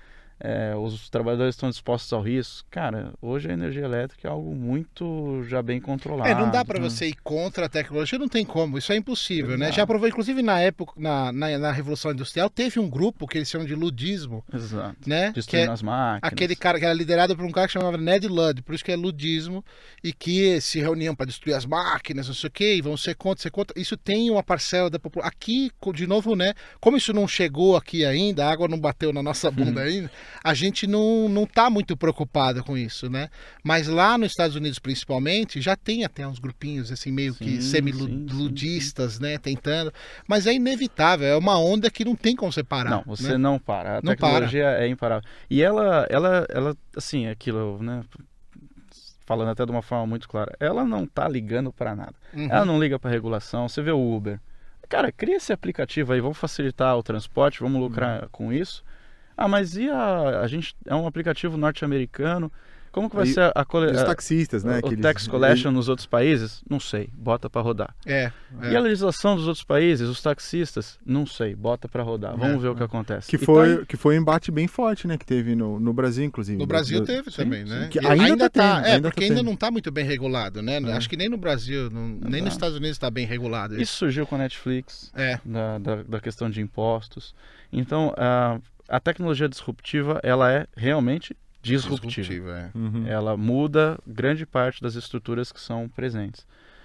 os trabalhadores estão dispostos ao risco. Cara, hoje a energia elétrica é algo muito já bem controlado. Não dá para você ir contra a tecnologia, não tem como, isso é impossível, né? Exato. Já provou, inclusive na época, na Revolução Industrial, teve um grupo que eles chamam de ludismo. Exato. Né? Destruindo as máquinas. Aquele cara que era liderado por um cara que chamava Ned Ludd, por isso que é ludismo, e que se reuniam para destruir as máquinas, não sei o que, e vão ser contra. Isso tem uma parcela da população. Aqui, de novo, né? Como isso não chegou aqui ainda, a água não bateu na nossa bunda ainda, a gente não tá muito preocupado com isso, né? Mas lá nos Estados Unidos, principalmente, já tem até uns grupinhos, assim, meio que semi-ludistas, né? Tentando. Mas é inevitável, é uma onda que não tem como você parar. Não, você né? não para. A não tecnologia é imparável. E ela, assim, aquilo, né? Falando até de uma forma muito clara, ela não tá ligando para nada. Ela não liga para regulação. Você vê o Uber. Cara, cria esse aplicativo aí, vamos facilitar o transporte, vamos lucrar com isso. Ah, mas e a gente é um aplicativo norte-americano, como que vai ser os taxistas, né? O tax collection nos outros países? Não sei, bota para rodar. E a legislação dos outros países, os taxistas? Não sei, bota para rodar. Vamos ver o que acontece. Que foi um embate bem forte, né? Que teve no Brasil, inclusive. No Brasil teve também, né? Que ainda tá. Porque ainda não está muito bem regulado, né? Acho que nem no Brasil, nem nos Estados Unidos está bem regulado. Isso surgiu com a Netflix, da questão de impostos. Então, a tecnologia disruptiva, ela é realmente disruptiva. Ela muda grande parte das estruturas que são presentes.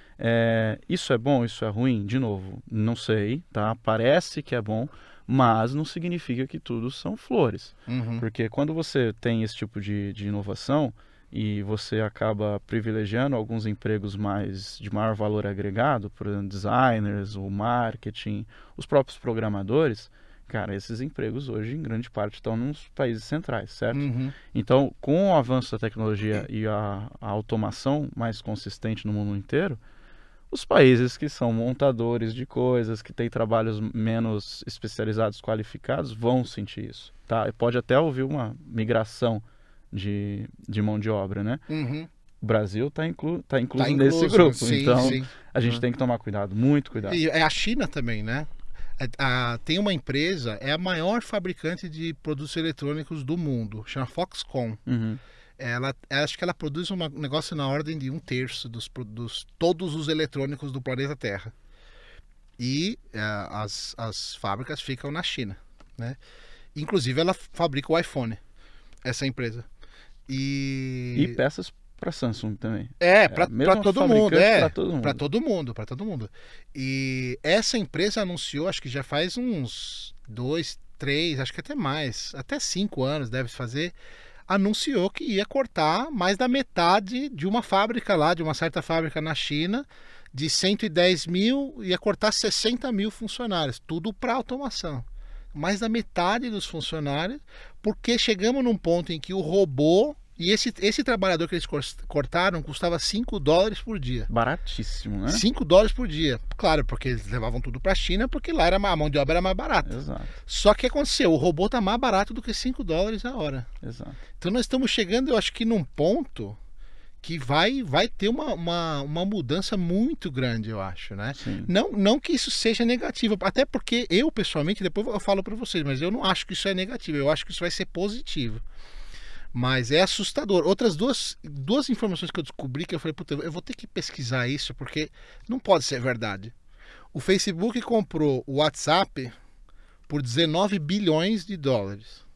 Isso é bom, isso é ruim? De novo, não sei, tá? Parece que é bom, mas não significa que tudo são flores. Porque quando você tem esse tipo de inovação e você acaba privilegiando alguns empregos de maior valor agregado, por exemplo, designers, o marketing, os próprios programadores, cara, esses empregos hoje, em grande parte, estão nos países centrais, certo? Então, com o avanço da tecnologia e a automação mais consistente no mundo inteiro, os países que são montadores de coisas, que têm trabalhos menos especializados, qualificados, vão sentir isso, tá? Pode até haver uma migração de mão de obra, né? O Brasil está incluso nesse grupo, sim, então sim. A gente tem que tomar cuidado, muito cuidado. E a China também, né? Tem uma empresa, é a maior fabricante de produtos eletrônicos do mundo, chama Foxconn. Acho que ela produz um negócio na ordem de 1/3 dos todos os eletrônicos do planeta Terra. E as fábricas ficam na China, né? Inclusive ela fabrica o iPhone, essa empresa. E peças para Samsung também. Para todo mundo, para todo mundo. E essa empresa anunciou, acho que já faz uns 2, 3, acho que até mais, até 5 anos deve fazer, anunciou que ia cortar mais da metade de uma fábrica lá, de uma certa fábrica na China, de 110 mil, ia cortar 60 mil funcionários, tudo para automação. Mais da metade dos funcionários, porque chegamos num ponto em que o robô... E esse trabalhador que eles cortaram custava $5 por dia. Baratíssimo, né? $5 por dia. Claro, porque eles levavam tudo para a China, porque lá a mão de obra era mais barata. Exato. Só que aconteceu, o robô está mais barato do que $5 a hora. Exato. Então nós estamos chegando, eu acho que num ponto que vai ter uma mudança muito grande, eu acho, né? Não que isso seja negativo, até porque eu, pessoalmente, depois eu falo para vocês, mas eu não acho que isso é negativo, eu acho que isso vai ser positivo. Mas é assustador. Outras duas informações que eu descobri que eu falei, puta, eu vou ter que pesquisar isso porque não pode ser verdade. O Facebook comprou o WhatsApp por $19 bilhões.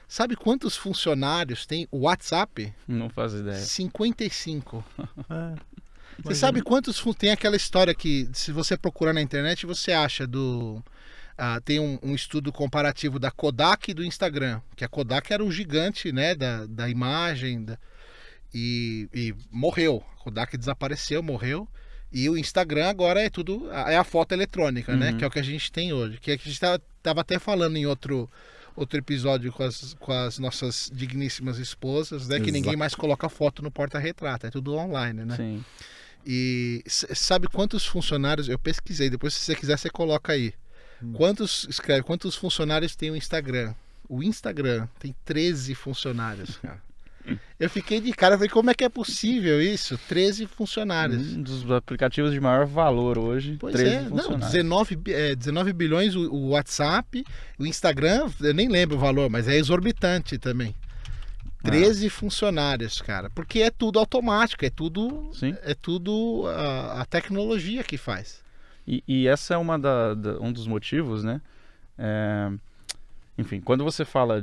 Sabe quantos funcionários tem o WhatsApp? Não faz ideia. 55. É, Você sabe quantos tem aquela história que, se você procurar na internet, você acha tem um estudo comparativo da Kodak e do Instagram, que a Kodak era um gigante, né, da imagem, e morreu. A Kodak desapareceu, morreu. E o Instagram agora é a foto eletrônica, né, que é o que a gente tem hoje. Que a gente tava até falando em outro episódio com as nossas digníssimas esposas, né, que ninguém mais coloca foto no porta-retrato, é tudo online, né? Sim. E sabe quantos funcionários, eu pesquisei, depois se você quiser você coloca aí. Quantos funcionários tem o Instagram? O Instagram tem 13 funcionários, cara. Eu fiquei de cara, falei, como é que é possível isso? 13 funcionários. Um dos aplicativos de maior valor hoje, Pois 13 não, funcionários. 19 bilhões o WhatsApp, o Instagram, eu nem lembro o valor, mas é exorbitante também. 13 funcionários, cara, porque é tudo automático, é tudo a tecnologia que faz. E essa é um dos motivos, né? Enfim, quando você fala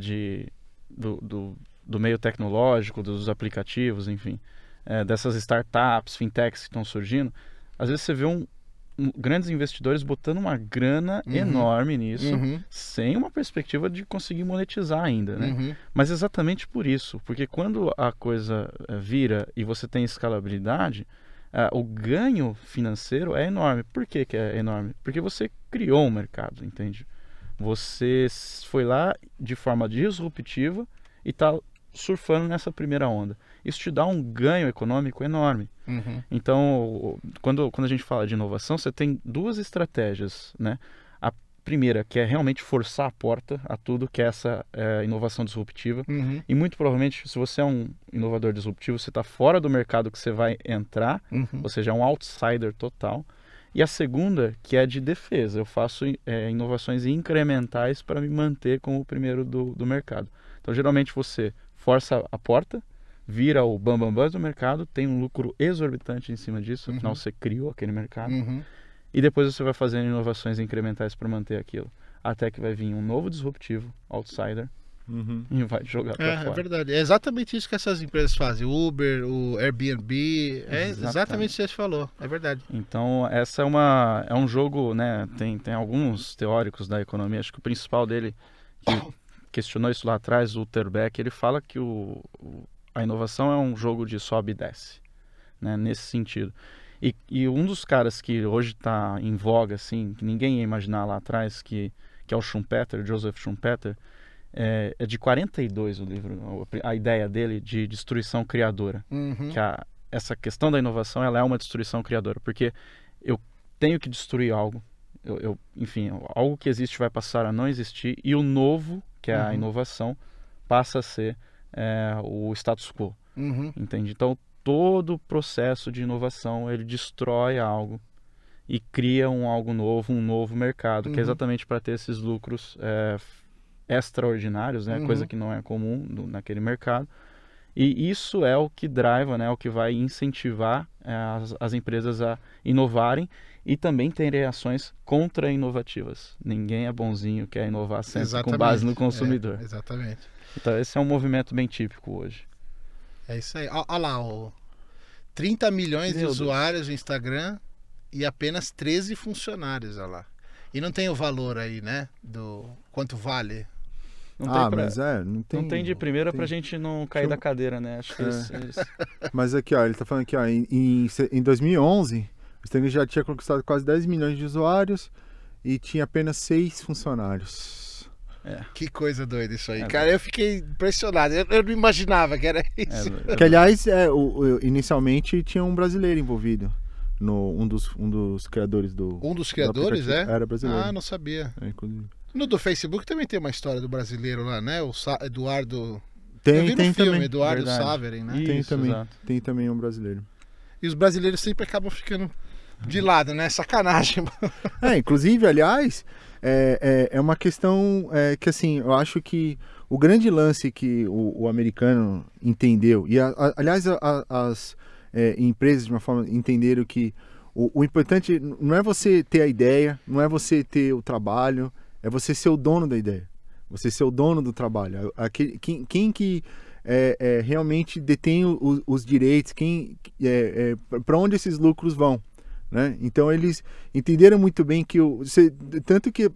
do meio tecnológico, dos aplicativos, enfim, dessas startups, fintechs que estão surgindo, às vezes você vê grandes investidores botando uma grana enorme nisso, sem uma perspectiva de conseguir monetizar ainda, né? Mas exatamente por isso, porque quando a coisa vira e você tem escalabilidade, o ganho financeiro é enorme. Por que é enorme? Porque você criou um mercado, entende? Você foi lá de forma disruptiva e está surfando nessa primeira onda. Isso te dá um ganho econômico enorme. Então, quando a gente fala de inovação, você tem duas estratégias, né? A primeira, que é realmente forçar a porta a tudo, que é essa inovação disruptiva. E muito provavelmente, se você é um inovador disruptivo, você está fora do mercado que você vai entrar, ou seja, é um outsider total. E a segunda, que é de defesa. Eu faço inovações incrementais para me manter como o primeiro do mercado. Então, geralmente, você força a porta, vira o bam do mercado, tem um lucro exorbitante em cima disso, afinal você criou aquele mercado. E depois você vai fazendo inovações incrementais para manter aquilo. Até que vai vir um novo disruptivo, outsider, e vai jogar para fora. É verdade. É exatamente isso que essas empresas fazem. O Uber, o Airbnb, é exatamente isso que você falou. É verdade. Então, essa é um jogo, né? Tem alguns teóricos da economia, acho que o principal dele, que questionou isso lá atrás, o Terbeck, ele fala que a inovação é um jogo de sobe e desce, né? Nesse sentido. E um dos caras que hoje está em voga, assim, que ninguém ia imaginar lá atrás, que é o Schumpeter, Joseph Schumpeter, é de 42 o livro, a ideia dele de destruição criadora. Que essa questão da inovação, ela é uma destruição criadora, porque eu tenho que destruir algo, enfim, algo que existe vai passar a não existir, e o novo, que é a inovação, passa a ser o status quo. Entende? Então, todo o processo de inovação, ele destrói algo e cria algo novo, um novo mercado, que é exatamente para ter esses lucros extraordinários, né? Coisa que não é comum naquele mercado. E isso é o que driva, né? O que vai incentivar as empresas a inovarem e também terem ações contra-inovativas. Ninguém é bonzinho, quer inovar sempre com base no consumidor. Exatamente. Então esse é um movimento bem típico hoje. É isso aí. Olha lá, 30 milhões de usuários no Instagram e apenas 13 funcionários, olha lá. E não tem o valor aí, né? Do quanto vale. Não tem de primeira pra gente não cair da cadeira, né? Acho que isso. Mas aqui, ó, ele tá falando aqui, ó, em 2011, o Instagram já tinha conquistado quase 10 milhões de usuários e tinha apenas 6 funcionários. Que coisa doida isso aí. Cara, eu fiquei impressionado. Eu não imaginava que era isso. Que, aliás, inicialmente tinha um brasileiro envolvido. Um dos criadores do... Um dos criadores, Era brasileiro. Ah, não sabia. Inclusive. No do Facebook também tem uma história do brasileiro lá, né? O Eduardo... Tem no filme, também. Eduardo Verdade. Saverin, né? Tem também um brasileiro. E os brasileiros sempre acabam ficando de lado, né? Sacanagem. Inclusive, aliás, é uma questão que, assim, eu acho que o grande lance que o americano entendeu, e aliás, as empresas, de uma forma, entenderam que o importante não é você ter a ideia, não é você ter o trabalho, é você ser o dono da ideia. Você ser o dono do trabalho. Quem que realmente detém os direitos, para onde esses lucros vão, né? Então eles entenderam muito bem que tanto que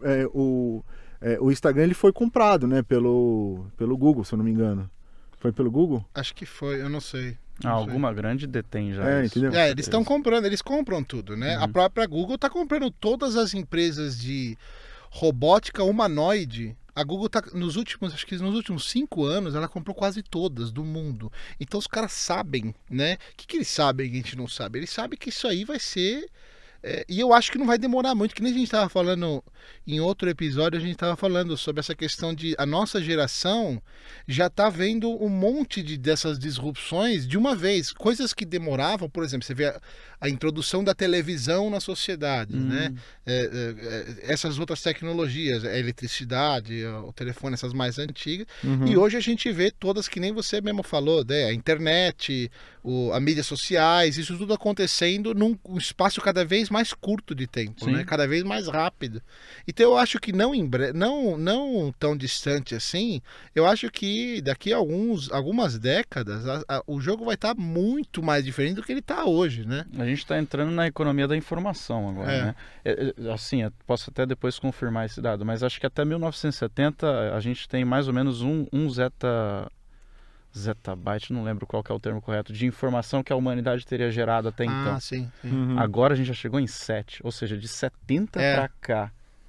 o Instagram ele foi comprado, né, pelo Google, se eu não me engano. Foi pelo Google? Acho que foi, eu não sei. Não sei. Alguma grande detém já isso. Entendeu? Eles estão comprando, eles compram tudo, né? A própria Google está comprando todas as empresas de robótica humanoide. A Google tá acho que nos últimos 5 anos, ela comprou quase todas do mundo. Então os caras sabem, né? O que eles sabem que a gente não sabe? Eles sabem que isso aí vai ser... e eu acho que não vai demorar muito, que nem a gente estava falando em outro episódio, a gente estava falando sobre essa questão de a nossa geração já está vendo um monte dessas disrupções de uma vez. Coisas que demoravam, por exemplo, você vê a introdução da televisão na sociedade, né? Essas outras tecnologias, a eletricidade, o telefone, essas mais antigas. E hoje a gente vê todas, que nem você mesmo falou, né? A internet, as mídias sociais, isso tudo acontecendo num espaço cada vez mais curto de tempo, né? Cada vez mais rápido. Então eu acho que não tão distante assim, eu acho que daqui a algumas décadas o jogo vai estar muito mais diferente do que ele está hoje, né? A gente está entrando na economia da informação agora, né? Assim, eu posso até depois confirmar esse dado, mas acho que até 1970 a gente tem mais ou menos um zettabyte, não lembro qual que é o termo correto, de informação que a humanidade teria gerado até então. Sim. Agora a gente já chegou em 7, ou seja, de 70 para cá,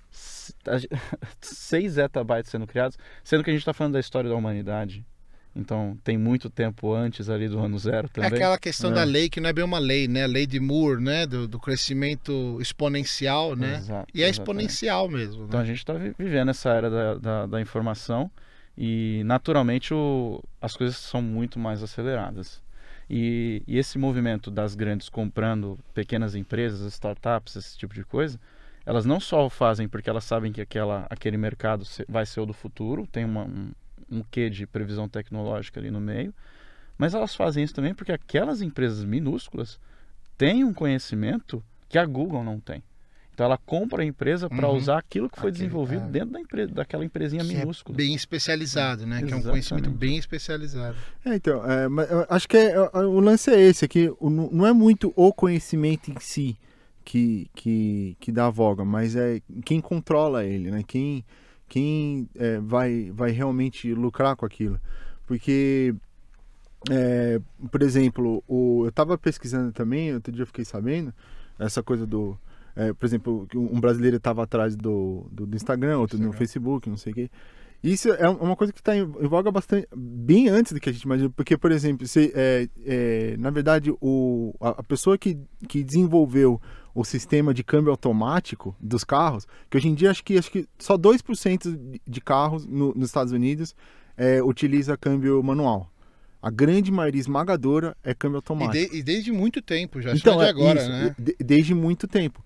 6 zettabytes sendo criados, sendo que a gente está falando da história da humanidade. Então tem muito tempo antes ali do ano zero também. É aquela questão da lei, que não é bem uma lei, né? A lei de Moore, né? Do crescimento exponencial, né? Exato, e é exponencial mesmo. Né? Então a gente está vivendo essa era da informação e naturalmente as coisas são muito mais aceleradas. E esse movimento das grandes comprando pequenas empresas, startups, esse tipo de coisa, elas não só o fazem porque elas sabem que aquele mercado vai ser o do futuro, tem um quê de previsão tecnológica ali no meio, mas elas fazem isso também porque aquelas empresas minúsculas têm um conhecimento que a Google não tem. Então ela compra a empresa para usar aquilo que foi desenvolvido dentro daquela empresinha minúscula. Bem especializado, né? Que é um conhecimento bem especializado. Então, mas eu acho que o lance é esse, que não é muito o conhecimento em si que dá voga, mas é quem controla ele, né? Quem vai realmente lucrar com aquilo. Porque, por exemplo, eu estava pesquisando também, outro dia eu fiquei sabendo, essa coisa por exemplo, um brasileiro estava atrás do Instagram, outro no Facebook, não sei o quê. Isso é uma coisa que está em voga bastante, bem antes do que a gente imagina, porque, por exemplo, na verdade, a pessoa que desenvolveu o sistema de câmbio automático dos carros, que hoje em dia acho que só 2% de carros nos Estados Unidos utiliza câmbio manual. A grande maioria esmagadora é câmbio automático. E desde muito tempo, já então, de agora, isso, né? Desde muito tempo.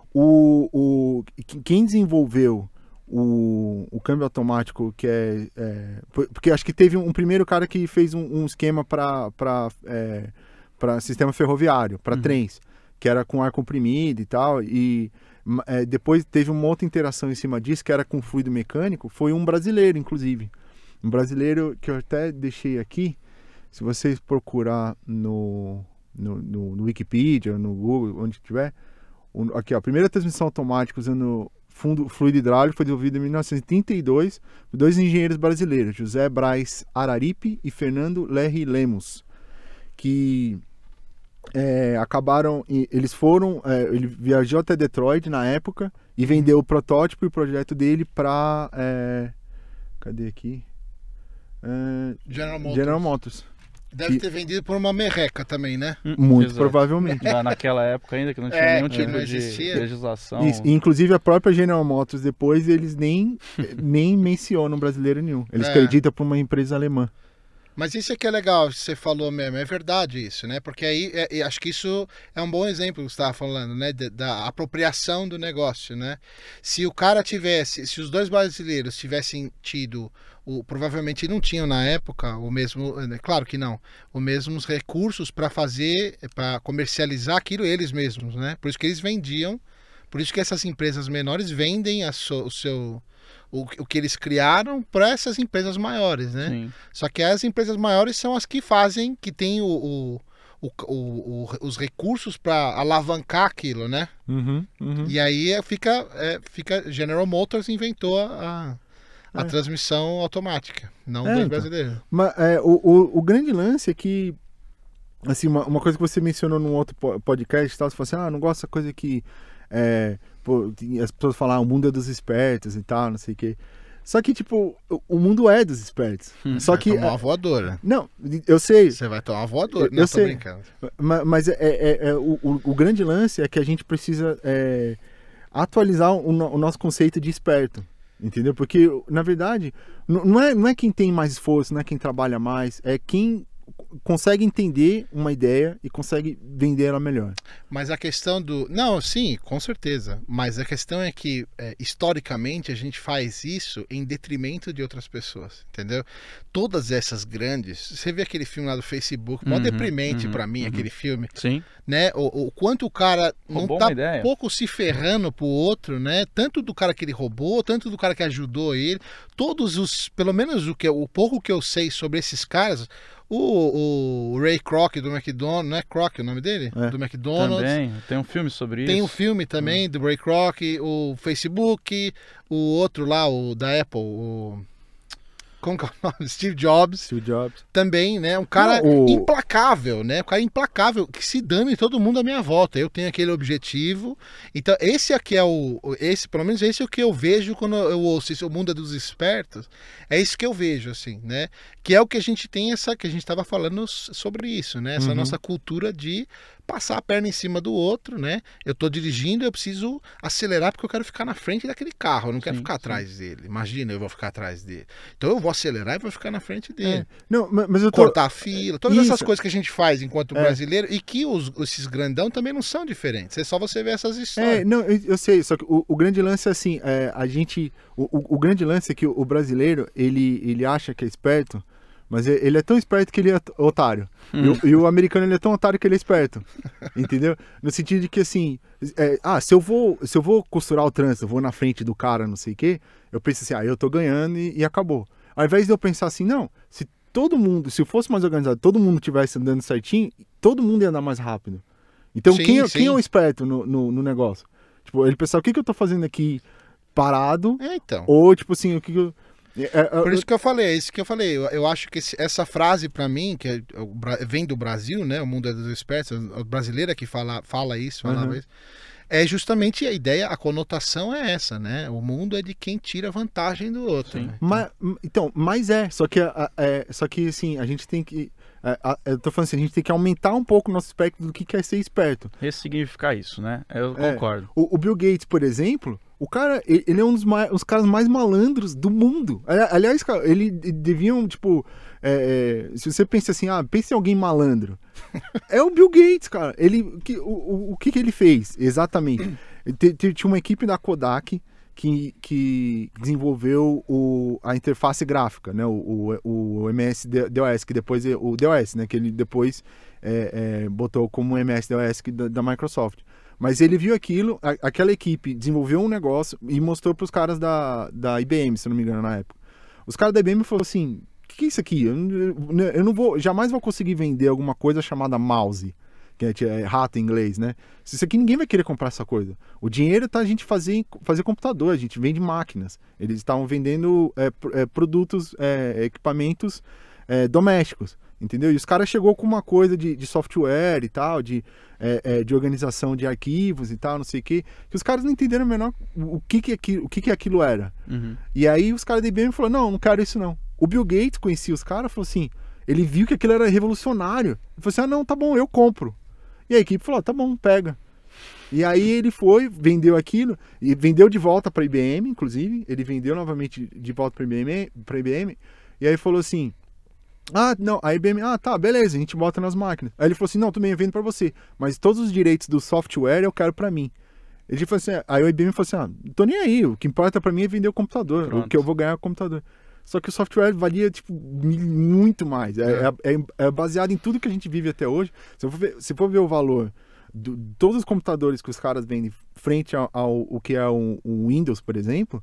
Quem desenvolveu o câmbio automático, que porque acho que teve um primeiro cara que fez um esquema para sistema ferroviário, para trens, que era com ar comprimido e tal, e depois teve uma outra interação em cima disso, que era com fluido mecânico, foi um brasileiro, inclusive. Um brasileiro que eu até deixei aqui, se vocês procurar no Wikipedia, no Google, onde tiver, aqui, ó, a primeira transmissão automática usando fluido hidráulico foi desenvolvida em 1932 por 2 engenheiros brasileiros, José Braz Araripe e Fernando Lerry Lemos, que ele viajou até Detroit na época e vendeu o protótipo e o projeto dele para cadê aqui? General Motors. Deve ter vendido por uma merreca também, né? Muito provavelmente. Naquela época ainda, que não tinha nenhum tipo de legislação. Isso. Inclusive a própria General Motors, depois eles nem mencionam brasileiro nenhum. Eles acreditam por uma empresa alemã. Mas isso é que é legal, você falou mesmo, é verdade isso, né? Porque aí acho que isso é um bom exemplo que você estava falando, né? Da apropriação do negócio, né? Se os 2 brasileiros tivessem tido, provavelmente não tinham na época o mesmo, claro que não, os mesmos recursos para comercializar aquilo eles mesmos, né? Por isso que eles vendiam, por isso que essas empresas menores vendem o que eles criaram para essas empresas maiores, né? Sim. Só que as empresas maiores são as que fazem, que têm os recursos para alavancar aquilo, né? Uhum, uhum. E aí fica General Motors inventou a É. transmissão automática, não É, dos então. brasileiros. Mas o grande lance é que, assim, uma coisa que você mencionou num outro podcast, tal, você falou assim, não gosto dessa coisa que pô, as pessoas falam, o mundo é dos espertos e tal, não sei o quê. Só que, tipo, o mundo é dos espertos. Só que... Vai tomar uma voadora. Não, eu sei, Você vai tomar uma voadora. Eu Não, tô sei. brincando. mas o grande lance é que a gente precisa atualizar o nosso conceito de esperto. Entendeu? Porque, na verdade, não é quem tem mais esforço, não é quem trabalha mais, é quem consegue entender uma ideia e consegue vender ela melhor. Mas a questão do... Não, sim, com certeza. Mas a questão é que, historicamente, a gente faz isso em detrimento de outras pessoas, entendeu? Todas essas grandes... Você vê aquele filme lá do Facebook, mó deprimente pra mim, aquele filme, Sim. né? O quanto o cara Roubou não tá uma ideia. pouco se ferrando pro outro, né? Tanto do cara que ele roubou, tanto do cara que ajudou ele. Todos os... Pelo menos o pouco que eu sei sobre esses caras... O Ray Kroc do McDonald's, não é Kroc o nome dele? É. Do McDonald's. Também, tem um filme sobre isso. Tem um filme também do Ray Kroc, o Facebook, o outro lá, o da Apple, como que é o nome? Steve Jobs. Steve Jobs. Também, né? Um cara Não, implacável, né? Um cara implacável, que se dane todo mundo à minha volta. Eu tenho aquele objetivo. Então, esse aqui é pelo menos esse é o que eu vejo quando eu ouço esse, o mundo é dos espertos. É isso que eu vejo, assim, né? Que é o que a gente tem, que a gente estava falando sobre isso, né? Essa nossa cultura de passar a perna em cima do outro, né? Eu tô dirigindo, eu preciso acelerar porque eu quero ficar na frente daquele carro, eu não quero Sim, ficar sim. atrás dele. Imagina, eu vou ficar atrás dele. Então eu vou acelerar e vou ficar na frente dele. Não, mas eu tô... Cortar a fila, todas essas Isso. coisas que a gente faz enquanto brasileiro e que esses grandão também não são diferentes. É só você ver essas histórias. Não, eu sei, só que o grande lance é assim, a gente... O grande lance é que o brasileiro, ele acha que é esperto, mas ele é tão esperto que ele é otário. E o americano, ele é tão otário que ele é esperto. Entendeu? No sentido de que, assim... se eu vou costurar o trânsito, eu vou na frente do cara, não sei o quê, eu penso assim, eu tô ganhando e acabou. Ao invés de eu pensar assim, não, se fosse mais organizado, todo mundo tivesse andando certinho, todo mundo ia andar mais rápido. Então, Sim, quem sim. é o esperto no negócio? Tipo, ele pensar, o que eu tô fazendo aqui parado? Então. Ou, tipo assim, o que eu... Por isso que eu falei, é isso que eu falei. Eu acho que essa frase, pra mim, que vem do Brasil, né? O mundo é dos espertos, a brasileira que fala isso, falava isso. É justamente a ideia, a conotação é essa, né? O mundo é de quem tira vantagem do outro. Sim. Né? Mas só que assim, a gente tem que... eu tô falando assim, a gente tem que aumentar um pouco o nosso espectro do que é ser esperto. Ressignificar isso, né? Eu concordo. O Bill Gates, por exemplo, o cara, ele é um dos caras mais malandros do mundo. Aliás, cara, ele deviam, tipo... se você pensa assim, pensa em alguém malandro. É o Bill Gates, cara. O que ele fez, exatamente? Tinha uma equipe da Kodak que desenvolveu a interface gráfica, né? O MS-DOS, que depois o DOS, né? Que ele depois botou como MS-DOS da Microsoft. Mas ele viu aquilo, aquela equipe desenvolveu um negócio e mostrou para os caras da IBM, se não me engano, na época. Os caras da IBM falaram assim, o que é isso aqui? Eu jamais vou conseguir vender alguma coisa chamada mouse, que é rato em inglês, né? Isso aqui ninguém vai querer comprar essa coisa. O dinheiro tá a gente fazer computador, a gente vende máquinas. Eles estavam vendendo produtos, equipamentos domésticos, entendeu? E os caras chegou com uma coisa de software e tal, de organização de arquivos e tal, não sei o quê, que os caras não entenderam menor o que aquilo era. E aí os caras da IBM falaram, não quero isso não. O Bill Gates conhecia os caras, falou assim, ele viu que aquilo era revolucionário. Ele falou assim, não, tá bom, eu compro. E a equipe falou, tá bom, pega. E aí ele foi, vendeu aquilo, e vendeu de volta para a IBM, inclusive, ele vendeu novamente de volta para a IBM, e aí falou assim, não, a IBM, tá, beleza, a gente bota nas máquinas. Aí ele falou assim, não, também eu vendo para você, mas todos os direitos do software eu quero para mim. Ele falou assim, aí a IBM falou assim, não tô nem aí, o que importa para mim é vender o computador, Pronto. o que eu vou ganhar é o computador. Só que o software valia, tipo, muito mais. É baseado em tudo que a gente vive até hoje. Se for ver o valor de todos os computadores que os caras vendem frente ao que é o Windows, por exemplo,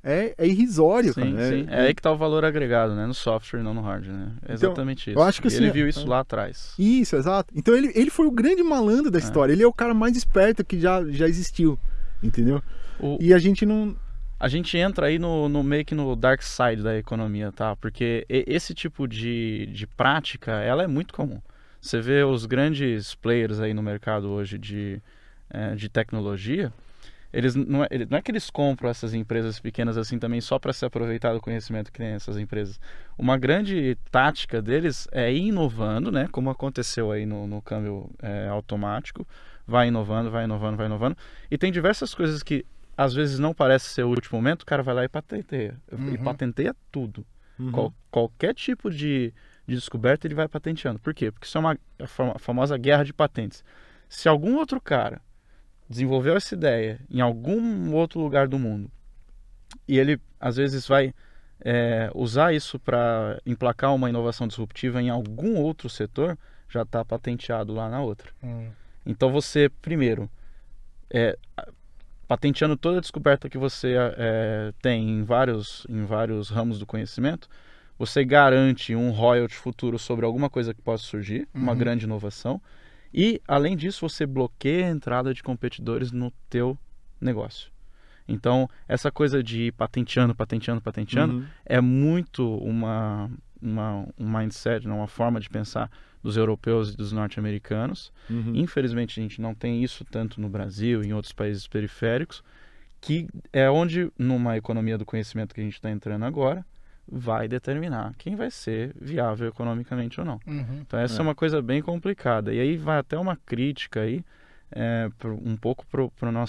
é irrisório, Sim, cara. sim. É aí que tá o valor agregado, né? No software e não no hardware, né? É Então, exatamente isso. eu acho que E assim, ele viu isso lá atrás. Isso, exato. Então ele foi o grande malandro da história. Ele é o cara mais esperto que já existiu, entendeu? E a gente não... A gente entra aí no meio que no dark side da economia, tá? Porque esse tipo de prática, ela é muito comum. Você vê os grandes players aí no mercado hoje de tecnologia, não é que eles compram essas empresas pequenas assim também só para se aproveitar do conhecimento que tem essas empresas. Uma grande tática deles é ir inovando, né? Como aconteceu aí no câmbio automático. Vai inovando, vai inovando, vai inovando. E tem diversas coisas que às vezes não parece ser o último momento, o cara vai lá e patenteia. E patenteia tudo. Qualquer tipo de descoberta ele vai patenteando. Por quê? Porque isso é a famosa guerra de patentes. Se algum outro cara desenvolveu essa ideia em algum outro lugar do mundo e ele às vezes vai usar isso para emplacar uma inovação disruptiva em algum outro setor, já está patenteado lá na outra. Então você, primeiro, patenteando toda a descoberta que você tem em vários ramos do conhecimento, você garante um royalty futuro sobre alguma coisa que possa surgir, uma grande inovação, e além disso você bloqueia a entrada de competidores no teu negócio. Então essa coisa de ir patenteando é muito um mindset, uma forma de pensar dos europeus e dos norte-americanos. Infelizmente a gente não tem isso tanto no Brasil e em outros países periféricos, que é onde, numa economia do conhecimento que a gente está entrando agora, vai determinar quem vai ser viável economicamente ou não. Então essa é uma coisa bem complicada. E aí vai até uma crítica aí, um pouco para o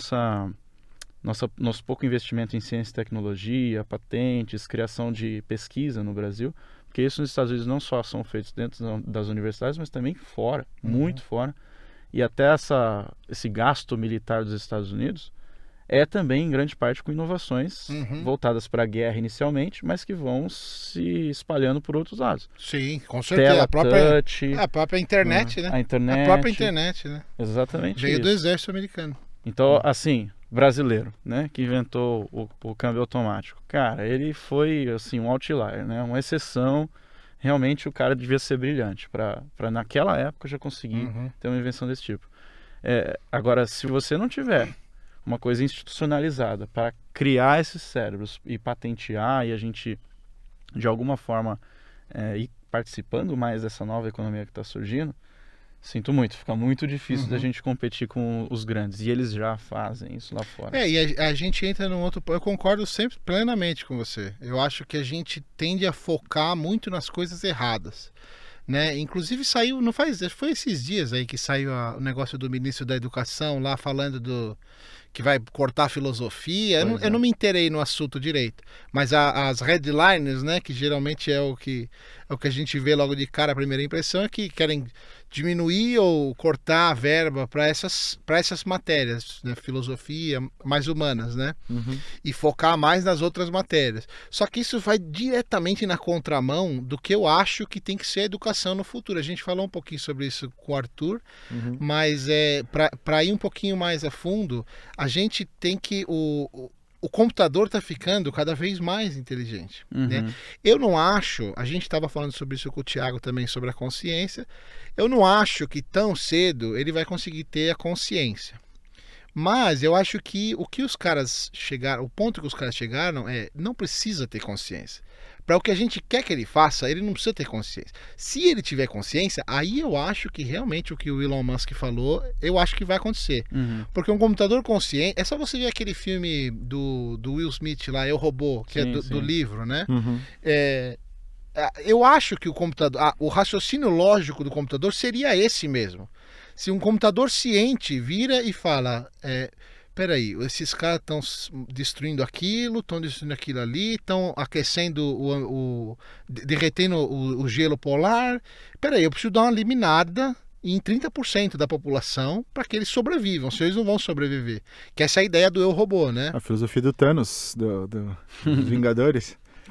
nosso pouco investimento em ciência e tecnologia, patentes, criação de pesquisa no Brasil. Porque isso nos Estados Unidos não só são feitos dentro das universidades, mas também fora, muito fora. E até esse gasto militar dos Estados Unidos é também em grande parte com inovações voltadas para a guerra inicialmente, mas que vão se espalhando por outros lados. Sim, com certeza. Tela, a própria internet, né? A internet. A própria internet, né? Exatamente. Veio isso. do exército americano. Então, assim, brasileiro, né, que inventou o câmbio automático. Cara, ele foi, assim, um outlier, né, uma exceção. Realmente o cara devia ser brilhante para naquela época já conseguir ter uma invenção desse tipo. Agora, se você não tiver uma coisa institucionalizada para criar esses cérebros e patentear, e a gente, de alguma forma, ir participando mais dessa nova economia que está surgindo, sinto muito, fica muito difícil da gente competir com os grandes. E eles já fazem isso lá fora. E a gente entra num outro... Eu concordo sempre plenamente com você. Eu acho que a gente tende a focar muito nas coisas erradas, né? Inclusive saiu, não faz... Foi esses dias aí que saiu o negócio do ministro da Educação lá falando que vai cortar a filosofia. Eu não me inteirei no assunto direito. Mas as headlines, né? Que geralmente é o que a gente vê logo de cara, a primeira impressão é que querem diminuir ou cortar a verba para essas matérias, né? Filosofia, mais humanas, né? E focar mais nas outras matérias. Só que isso vai diretamente na contramão do que eu acho que tem que ser a educação no futuro. A gente falou um pouquinho sobre isso com o Arthur, mas para ir um pouquinho mais a fundo, a gente tem que... O computador está ficando cada vez mais inteligente, né? Eu não acho, a gente estava falando sobre isso com o Thiago também, sobre a consciência, eu não acho que tão cedo ele vai conseguir ter a consciência. Mas eu acho que o ponto que os caras chegaram não precisa ter consciência. Para o que a gente quer que ele faça, ele não precisa ter consciência. Se ele tiver consciência, aí eu acho que realmente o que o Elon Musk falou, eu acho que vai acontecer. Porque um computador consciente... É só você ver aquele filme do Will Smith lá, Eu, Robô, que é do livro, né? Eu acho que o computador... o raciocínio lógico do computador seria esse mesmo. Se um computador ciente vira e fala... peraí, esses caras estão destruindo aquilo ali, estão aquecendo, derretendo o gelo polar. Peraí, eu preciso dar uma eliminada em 30% da população para que eles sobrevivam, se eles não vão sobreviver. Que essa é a ideia do Eu, Robô, né? A filosofia do Thanos, dos Vingadores.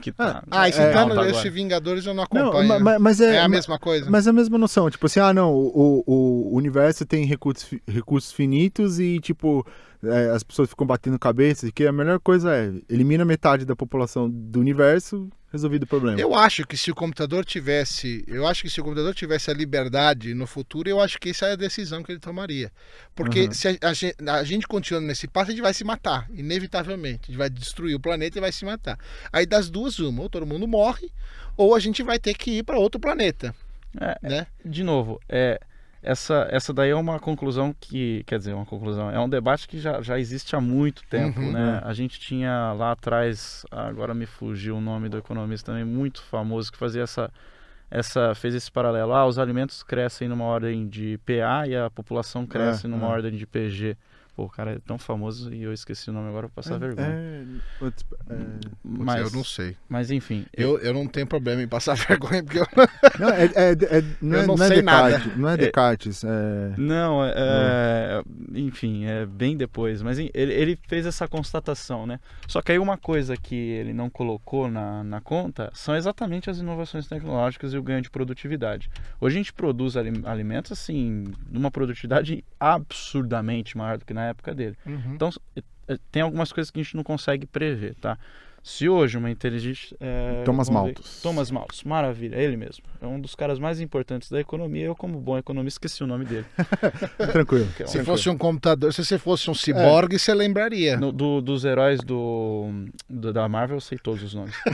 que tá. Esse alta plano, agora. esse Vingadores eu não Não, acompanho. mas É a mesma coisa. Mas é a mesma noção, tipo assim, não, o universo tem recursos finitos e, tipo, as pessoas ficam batendo cabeça, que a melhor coisa é elimina metade da população do universo, resolvido o problema. Eu acho que se o computador tivesse a liberdade no futuro, eu acho que essa é a decisão que ele tomaria. Porque se a gente continuando nesse passo, a gente vai se matar, inevitavelmente. A gente vai destruir o planeta e vai se matar. Aí das duas, uma, ou todo mundo morre, ou a gente vai ter que ir para outro planeta. Né? De novo, essa daí é uma conclusão é um debate que já existe há muito tempo, né? A gente tinha lá atrás, agora me fugiu o nome do economista também muito famoso que fazia fez esse paralelo. Os alimentos crescem numa ordem de PA e a população cresce numa ordem de PG. Pô, o cara é tão famoso e eu esqueci o nome agora, vou passar vergonha. Mas eu não sei. Mas enfim. Eu não tenho problema em passar vergonha, porque eu não sei nada. Não é Descartes. Não, enfim, é bem depois. Mas ele fez essa constatação, né? Só que aí uma coisa que ele não colocou na conta são exatamente as inovações tecnológicas e o ganho de produtividade. Hoje a gente produz alimentos, assim, numa produtividade absurdamente maior do que na época dele. Então, tem algumas coisas que a gente não consegue prever, tá? Se hoje uma inteligente... Thomas Malthus, maravilha, ele mesmo. É um dos caras mais importantes da economia. Eu, como bom economista, esqueci o nome dele. Tranquilo. Se fosse um computador, se você fosse um ciborgue, você lembraria. Dos heróis da Marvel, eu sei todos os nomes.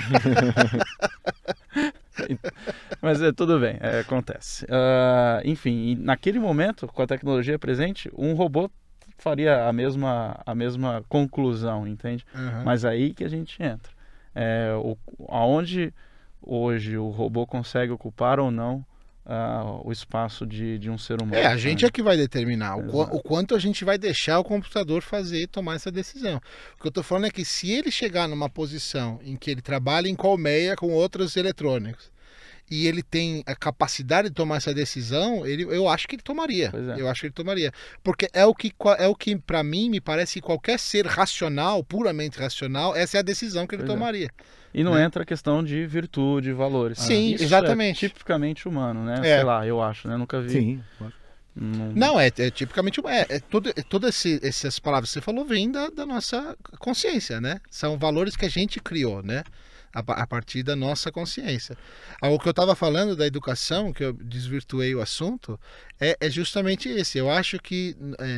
Mas tudo bem, acontece. Enfim, naquele momento, com a tecnologia presente, um robô faria a mesma conclusão, entende? Mas aí que a gente entra. Aonde hoje o robô consegue ocupar ou não o espaço de um ser humano. A gente é que vai determinar o quanto a gente vai deixar o computador fazer e tomar essa decisão. O que eu estou falando é que se ele chegar numa posição em que ele trabalha em colmeia com outros eletrônicos e ele tem a capacidade de tomar essa decisão, eu acho que ele tomaria. Eu acho que ele tomaria. Porque é o que para mim, me parece que qualquer ser racional, puramente racional, essa é a decisão que ele tomaria. E não entra a questão de virtude, valores. Sim, isso exatamente. É tipicamente humano, né? Sei lá, eu acho, né? Nunca vi. Sim. Não, é tipicamente todas essas palavras que você falou vêm da nossa consciência, né? São valores que a gente criou, né? A partir da nossa consciência. O que eu estava falando da educação, que eu desvirtuei o assunto, é justamente esse. Eu acho que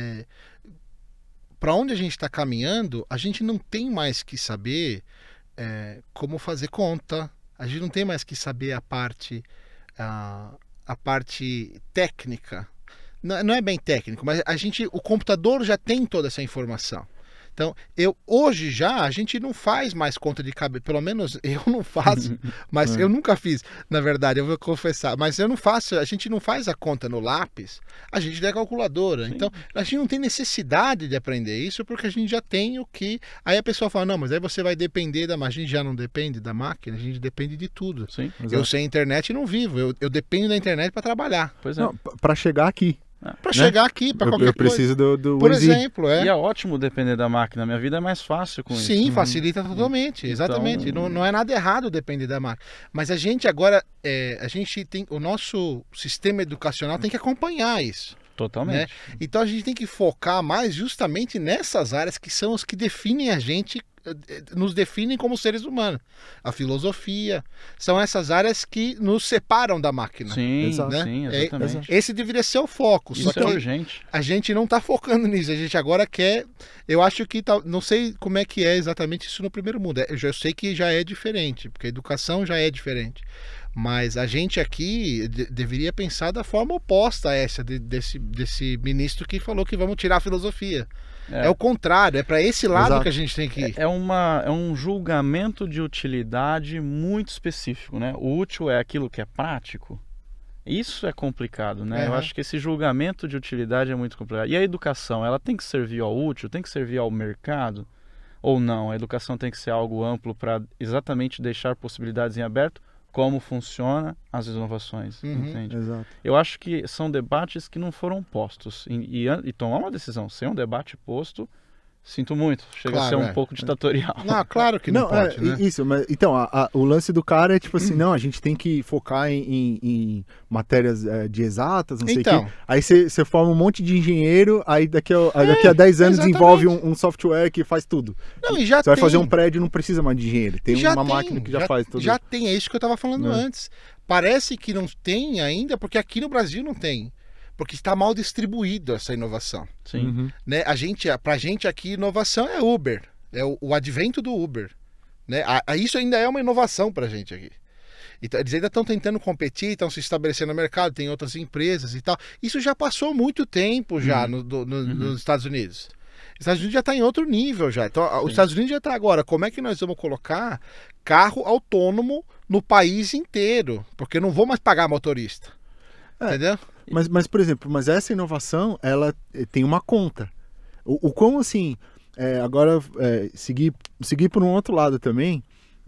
para onde a gente está caminhando, a gente não tem mais que saber como fazer conta, a gente não tem mais que saber a parte técnica. Não é bem técnico, mas o computador já tem toda essa informação. Então, hoje a gente não faz mais conta de cabeça, pelo menos eu não faço, mas eu nunca fiz, na verdade, eu vou confessar, mas eu não faço, a gente não faz a conta no lápis, a gente tem a calculadora. Sim. Então, a gente não tem necessidade de aprender isso, porque a gente já tem o que... Aí a pessoa fala, não, mas aí você vai depender a gente já não depende da máquina, a gente depende de tudo. Sim, eu sem internet não vivo, eu dependo da internet para trabalhar. Pois é. Para chegar aqui. Para chegar aqui, para qualquer coisa. Eu preciso do Por exemplo, E é ótimo depender da máquina. Minha vida é mais fácil com isso. Sim, facilita totalmente. Exatamente. Então... Não é nada errado depender da máquina. Mas a gente agora, a gente tem o nosso sistema educacional tem que acompanhar isso. Totalmente. Né? Então a gente tem que focar mais justamente nessas áreas que são as que definem a gente, nos definem como seres humanos. A filosofia, são essas áreas que nos separam da máquina. Sim, né? Sim, exatamente. Esse deveria ser o foco. Isso só é que urgente. a gente não está focando nisso, a gente agora quer... Eu acho que, não sei como é que é exatamente isso no primeiro mundo. Eu sei que já é diferente, porque a educação já é diferente. Mas a gente aqui deveria pensar da forma oposta a essa desse ministro que falou que vamos tirar a filosofia. É o contrário, é para esse lado que a gente tem que ir. É um julgamento de utilidade muito específico, né? O útil é aquilo que é prático. Isso é complicado, né? Eu acho que esse julgamento de utilidade é muito complicado. E a educação, ela tem que servir ao útil, tem que servir ao mercado ou não? A educação tem que ser algo amplo para exatamente deixar possibilidades em aberto, como funciona as inovações, entende? Exato. Eu acho que são debates que não foram postos e tomar uma decisão sem um debate posto Sinto muito, chega a ser Claro, um pouco ditatorial. Não, claro que não pode, né? Isso, mas então, o lance do cara é tipo assim, não, a gente tem que focar em matérias de exatas, não sei o Então. quê. Aí você forma um monte de engenheiro, aí daqui a 10 anos exatamente. desenvolve um software que faz tudo. Não, e já Você vai tem. fazer um prédio, não precisa mais de engenheiro. Tem Já uma máquina que já faz tudo. Já tem, é isso que eu estava falando Né? antes. Parece que não tem ainda, porque aqui no Brasil não tem. Porque está mal distribuído essa inovação. Sim. Uhum. Né? Pra gente aqui, inovação é Uber. É o advento do Uber. Né? Isso ainda é uma inovação pra gente aqui. Então, eles ainda estão tentando competir, estão se estabelecendo no mercado, tem outras empresas e tal. Isso já passou muito tempo já nos Estados Unidos. Os Estados Unidos já está em outro nível já. Então, os Estados Unidos já está agora. Como é que nós vamos colocar carro autônomo no país inteiro? Porque eu não vou mais pagar motorista. Entendeu? Mas, por exemplo, essa inovação, ela tem uma conta. O quão, assim, agora, seguir por um outro lado também,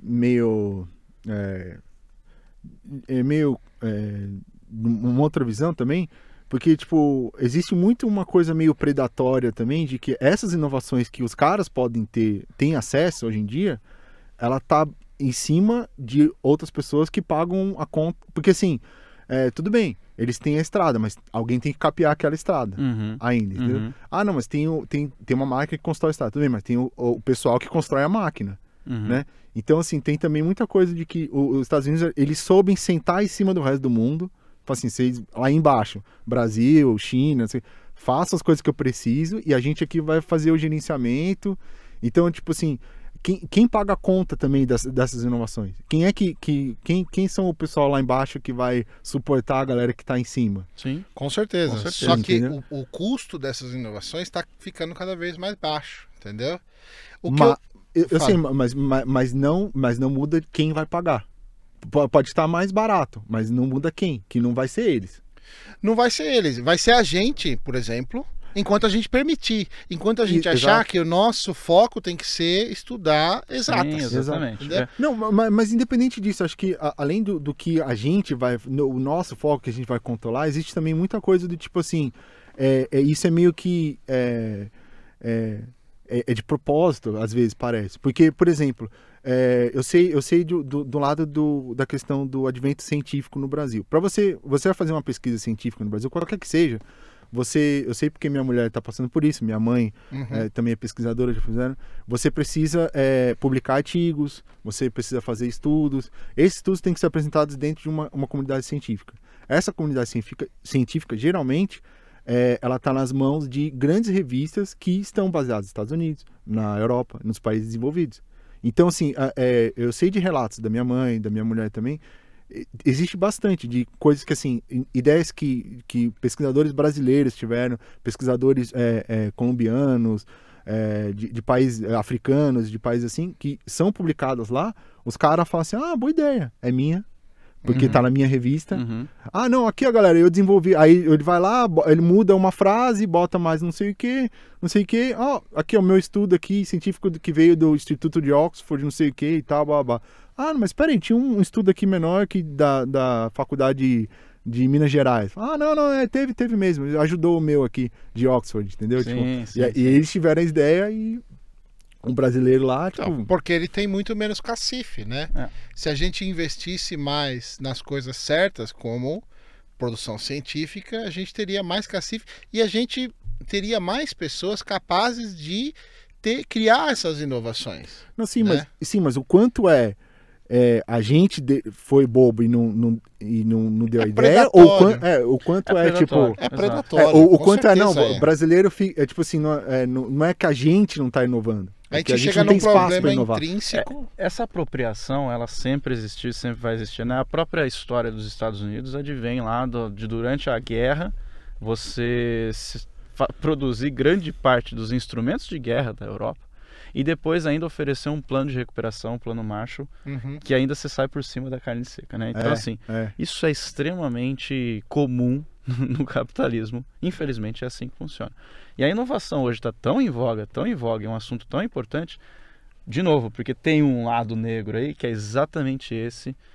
uma outra visão também, porque, tipo, existe muito uma coisa meio predatória também, de que essas inovações que os caras podem têm acesso hoje em dia, ela tá em cima de outras pessoas que pagam a conta. Porque, assim, tudo bem, eles têm a estrada, mas alguém tem que capear aquela estrada ainda, entendeu? Ah, não, mas tem uma máquina que constrói a estrada, tudo bem, mas tem o pessoal que constrói a máquina, né? Então, assim, tem também muita coisa de que os Estados Unidos, eles soubem sentar em cima do resto do mundo, assim, vocês lá embaixo, Brasil, China, assim, façam as coisas que eu preciso e a gente aqui vai fazer o gerenciamento. Então, tipo assim, quem paga a conta também dessas inovações? Quem são o pessoal lá embaixo que vai suportar a galera que está em cima? Sim. Com certeza. Com certeza, Só que entendeu? o custo dessas inovações está ficando cada vez mais baixo, entendeu? Eu sei, mas não muda quem vai pagar. Pode estar mais barato, mas não muda quem, que não vai ser eles. Não vai ser eles, vai ser a gente, por exemplo, enquanto a gente permitir. Enquanto a gente achar Exato. que o nosso foco tem que ser estudar exatas. Sim, exatamente. Entendeu? Não, mas independente disso, acho que além do que a gente vai, o nosso foco que a gente vai controlar, existe também muita coisa do tipo assim, isso é meio que é de propósito, às vezes parece. Porque, por exemplo, eu sei do lado da questão do advento científico no Brasil. Para você vai fazer uma pesquisa científica no Brasil, qualquer que seja, eu sei porque minha mulher está passando por isso, minha mãe também é pesquisadora, já fizeram. Você precisa publicar artigos, você precisa fazer estudos. Esses estudos têm que ser apresentados dentro de uma comunidade científica. Essa comunidade científica geralmente, ela está nas mãos de grandes revistas que estão baseadas nos Estados Unidos, na Europa, nos países desenvolvidos. Então, assim, eu sei de relatos da minha mãe, da minha mulher também. Existe bastante de coisas que, assim, ideias que pesquisadores brasileiros tiveram, pesquisadores colombianos, de países africanos, de países assim, que são publicadas lá. Os caras falam assim, boa ideia, é minha, porque tá na minha revista. Ah, não, aqui, galera, eu desenvolvi. Aí ele vai lá, ele muda uma frase, bota mais não sei o que. Aqui é o meu estudo aqui, científico que veio do Instituto de Oxford, não sei o que e tal, blá, blá. Ah, mas peraí, tinha um estudo aqui menor que da faculdade de Minas Gerais. Ah, não, teve mesmo, ajudou o meu aqui de Oxford, entendeu? Sim, sim. E eles tiveram a ideia e um brasileiro lá, tipo... Então, porque ele tem muito menos cacife, né? Se a gente investisse mais nas coisas certas, como produção científica, a gente teria mais cacife e a gente teria mais pessoas capazes de criar essas inovações. Não, sim, né? mas o quanto a gente foi bobo e não deu a ideia, ou o quanto tipo... É predatório. O quanto não, certeza brasileiro fica, tipo assim, não é que a gente não está inovando. A É que gente a gente chega não tem num espaço para problema inovar. intrínseco. Essa apropriação, ela sempre existiu, sempre vai existir, né? A própria história dos Estados Unidos advém lá de durante a guerra, você produzir grande parte dos instrumentos de guerra da Europa e depois ainda oferecer um plano de recuperação, um plano Marshall, que ainda se sai por cima da carne seca, né? Então, isso é extremamente comum no capitalismo. Infelizmente, é assim que funciona. E a inovação hoje está tão em voga, é um assunto tão importante, de novo, porque tem um lado negro aí, que é exatamente esse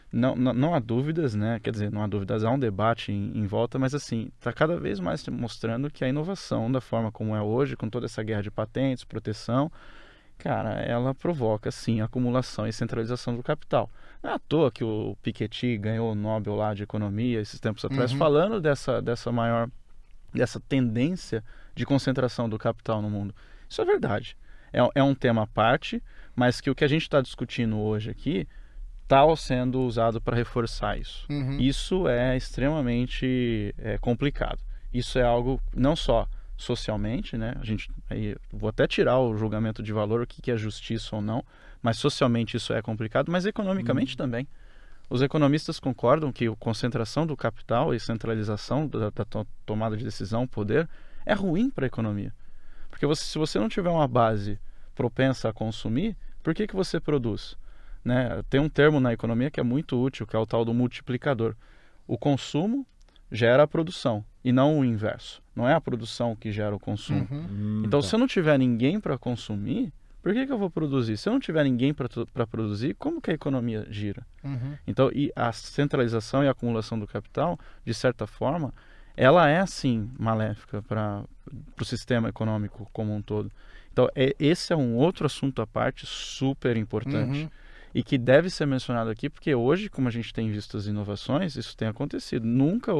não há dúvidas, né? Quer dizer, não há dúvidas, há um debate em volta, mas assim, está cada vez mais mostrando que a inovação, da forma como é hoje, com toda essa guerra de patentes, proteção, cara, ela provoca, sim, acumulação e centralização do capital. Não é à toa que o Piketty ganhou o Nobel lá de Economia esses tempos atrás, falando dessa tendência de concentração do capital no mundo. Isso é verdade. É um tema à parte, mas que o que a gente está discutindo hoje aqui está sendo usado para reforçar isso. Isso é extremamente complicado. Isso é algo não só socialmente, né? Vou até tirar o julgamento de valor, o que é justiça ou não, mas socialmente isso é complicado, mas economicamente também. Os economistas concordam que a concentração do capital e centralização da tomada de decisão, poder, é ruim para a economia. Porque se você não tiver uma base propensa a consumir, por que você produz? Né? Tem um termo na economia que é muito útil, que é o tal do multiplicador. O consumo gera a produção e não o inverso. Não é a produção que gera o consumo. Então, se eu não tiver ninguém para consumir, por que eu vou produzir? Se eu não tiver ninguém para produzir, como que a economia gira? Então, e a centralização e a acumulação do capital, de certa forma, ela é, sim, maléfica para o sistema econômico como um todo. Então, esse é um outro assunto à parte super importante e que deve ser mencionado aqui, porque hoje, como a gente tem visto as inovações, isso tem acontecido. Nunca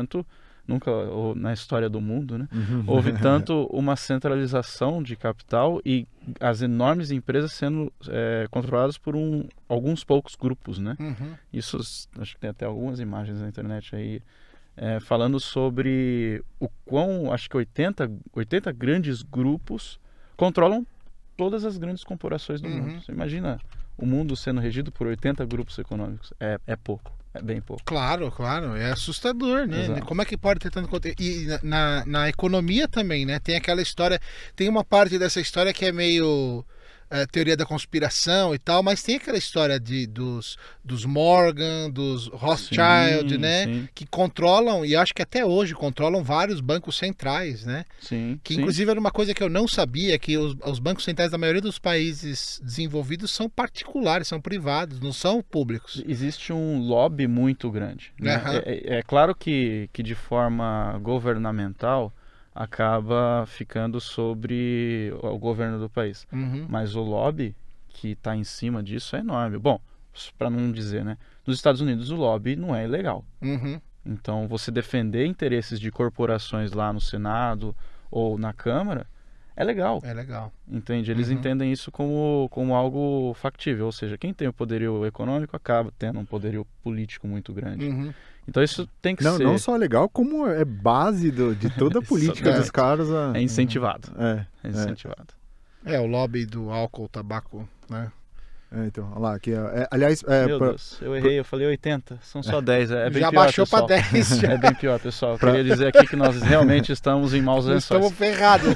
na história do mundo, né? Houve tanto uma centralização de capital e as enormes empresas sendo controladas por alguns poucos grupos, né? Isso, acho que tem até algumas imagens na internet aí, falando sobre o quão, acho que 80 grandes grupos controlam todas as grandes corporações do mundo. Você imagina o mundo sendo regido por 80 grupos econômicos? É pouco, é bem pouco. Claro, é assustador, né? Exato. Como é que pode ter tanto conteúdo? E na economia também, né? Tem aquela história, tem uma parte dessa história que é meio teoria da conspiração e tal, mas tem aquela história dos Morgan, dos Rothschild, Sim, né? sim. Que controlam, e acho que até hoje controlam vários bancos centrais, né? Sim, Que sim. inclusive era uma coisa que eu não sabia, que os bancos centrais da maioria dos países desenvolvidos são particulares, são privados, não são públicos. Existe um lobby muito grande, né? É claro que de forma governamental acaba ficando sobre o governo do país. Mas o lobby que está em cima disso é enorme. Bom, para não dizer, né? Nos Estados Unidos o lobby não é ilegal. Então, você defender interesses de corporações lá no Senado ou na Câmara é legal. É legal. Entende? Eles entendem isso como algo factível. Ou seja, quem tem o poderio econômico acaba tendo um poderio político muito grande. Então, isso tem que ser... Não só legal, como é base de toda a política dos caras. É incentivado. É incentivado. O lobby do álcool, tabaco, né? Então, olha lá, aqui, aliás... Meu Deus, eu errei, eu falei 80, são só 10, é bem já pior, baixou pessoal. para 10 já. É bem pior, pessoal. Eu queria dizer aqui que nós realmente estamos em maus lençóis. Estamos ferrados.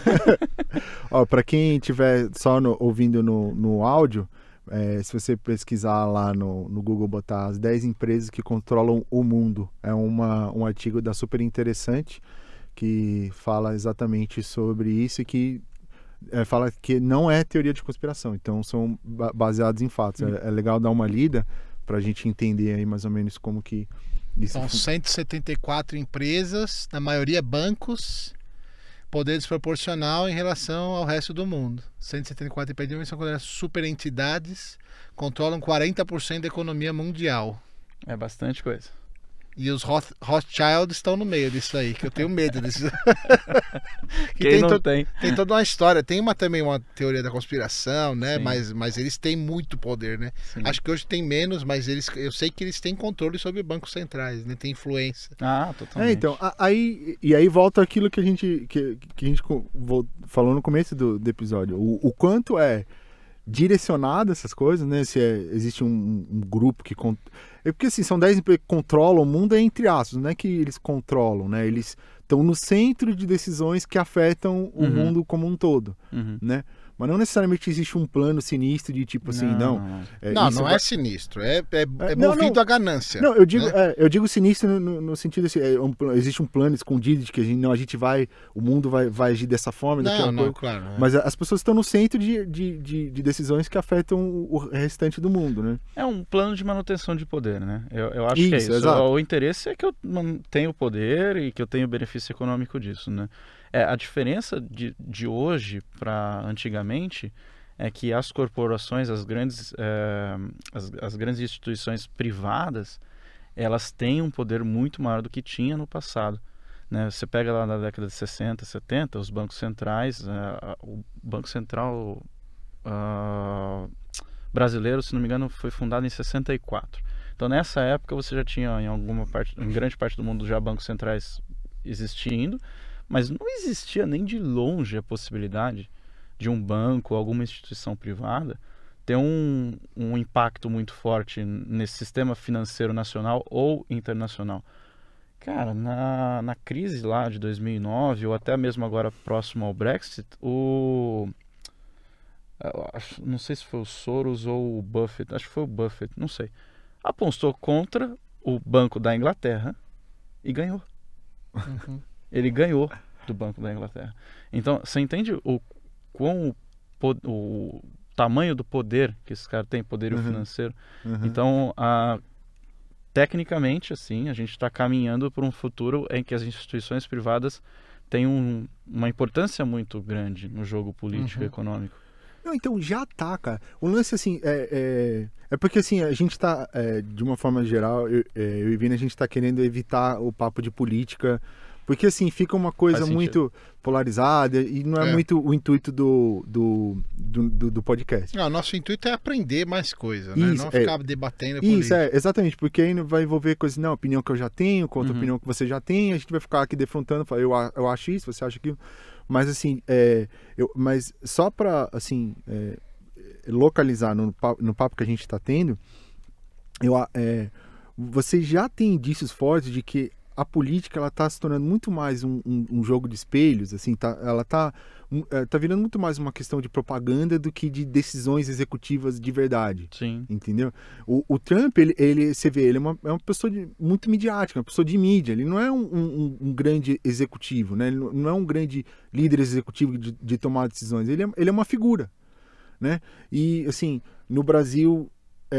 Ó, para quem estiver só ouvindo no áudio, se você pesquisar lá no Google, botar as 10 empresas que controlam o mundo, é um artigo da Super Interessante que fala exatamente sobre isso e que fala que não é teoria de conspiração, então são baseados em fatos. É legal dar uma lida para a gente entender aí mais ou menos como que isso... São 174 empresas, na maioria bancos, poder desproporcional em relação ao resto do mundo. 174 empresas são consideradas super entidades, controlam 40% da economia mundial. É bastante coisa. E os Rothschild estão no meio disso aí, que eu tenho medo disso. Quem não tem? Tem toda uma história. Tem também uma teoria da conspiração, né? Sim. Mas eles têm muito poder, né? Sim. Acho que hoje tem menos, mas eu sei que eles têm controle sobre bancos centrais, né? Tem influência. Ah, totalmente. Então, aí volta aquilo que a gente falou no começo do episódio. O quanto é direcionado essas coisas, né? Se existe um grupo que... Porque assim, são 10 empresas que controlam o mundo, entre aspas, não é que eles controlam, né? Eles estão no centro de decisões que afetam o mundo como um todo, né? mas não necessariamente existe um plano sinistro de tipo assim, não. Não é sinistro, é movido à ganância. Não, eu digo, né? eu digo sinistro no sentido assim, existe um plano escondido de que a gente vai, o mundo vai agir dessa forma, Claro. Mas as pessoas estão no centro de decisões que afetam o restante do mundo, né? É um plano de manutenção de poder, né? Eu acho Isso, que é isso. exato. O interesse é que eu mantenha o poder e que eu tenha o benefício econômico disso, né? A diferença de hoje para antigamente é que as corporações, as grandes instituições privadas, elas têm um poder muito maior do que tinha no passado. Né? Você pega lá na década de 60, 70, os bancos centrais, o Banco Central brasileiro, se não me engano, foi fundado em 64. Então nessa época você já tinha em grande parte do mundo já bancos centrais existindo, mas não existia nem de longe a possibilidade de um banco ou alguma instituição privada ter um impacto muito forte nesse sistema financeiro nacional ou internacional. Cara, na crise lá de 2009, ou até mesmo agora próximo ao Brexit, não sei se foi o Soros ou o Buffett, acho que foi o Buffett, não sei, apostou contra o Banco da Inglaterra e ganhou. Uhum. Ele ganhou do Banco da Inglaterra. Então, você entende o tamanho do poder que esse cara tem, poder financeiro? Então, tecnicamente, assim, a gente está caminhando para um futuro em que as instituições privadas têm uma importância muito grande no jogo político e econômico. Não, então já tá, cara. O lance, assim, é porque, assim, a gente tá, de uma forma geral, eu e Vini, a gente tá querendo evitar o papo de política, porque, assim, fica uma coisa muito polarizada e não é muito o intuito do podcast. Não, nosso intuito é aprender mais coisa, né? Isso, não ficar debatendo política. Isso, exatamente, porque aí vai envolver coisas, não, opinião que eu já tenho, contra a opinião que você já tem, a gente vai ficar aqui defrontando, falar, eu acho isso, você acha aquilo. Mas, assim, mas só para, assim, localizar no papo que a gente está tendo, você já tem indícios fortes de que a política ela está se tornando muito mais um jogo de espelhos, assim, ela está virando muito mais uma questão de propaganda do que de decisões executivas de verdade. Sim. Entendeu? O Trump, você vê, ele é uma pessoa muito midiática, uma pessoa de mídia, ele não é um grande executivo, né? Ele não é um grande líder executivo de tomar decisões, ele é uma figura, né? E, assim, no Brasil,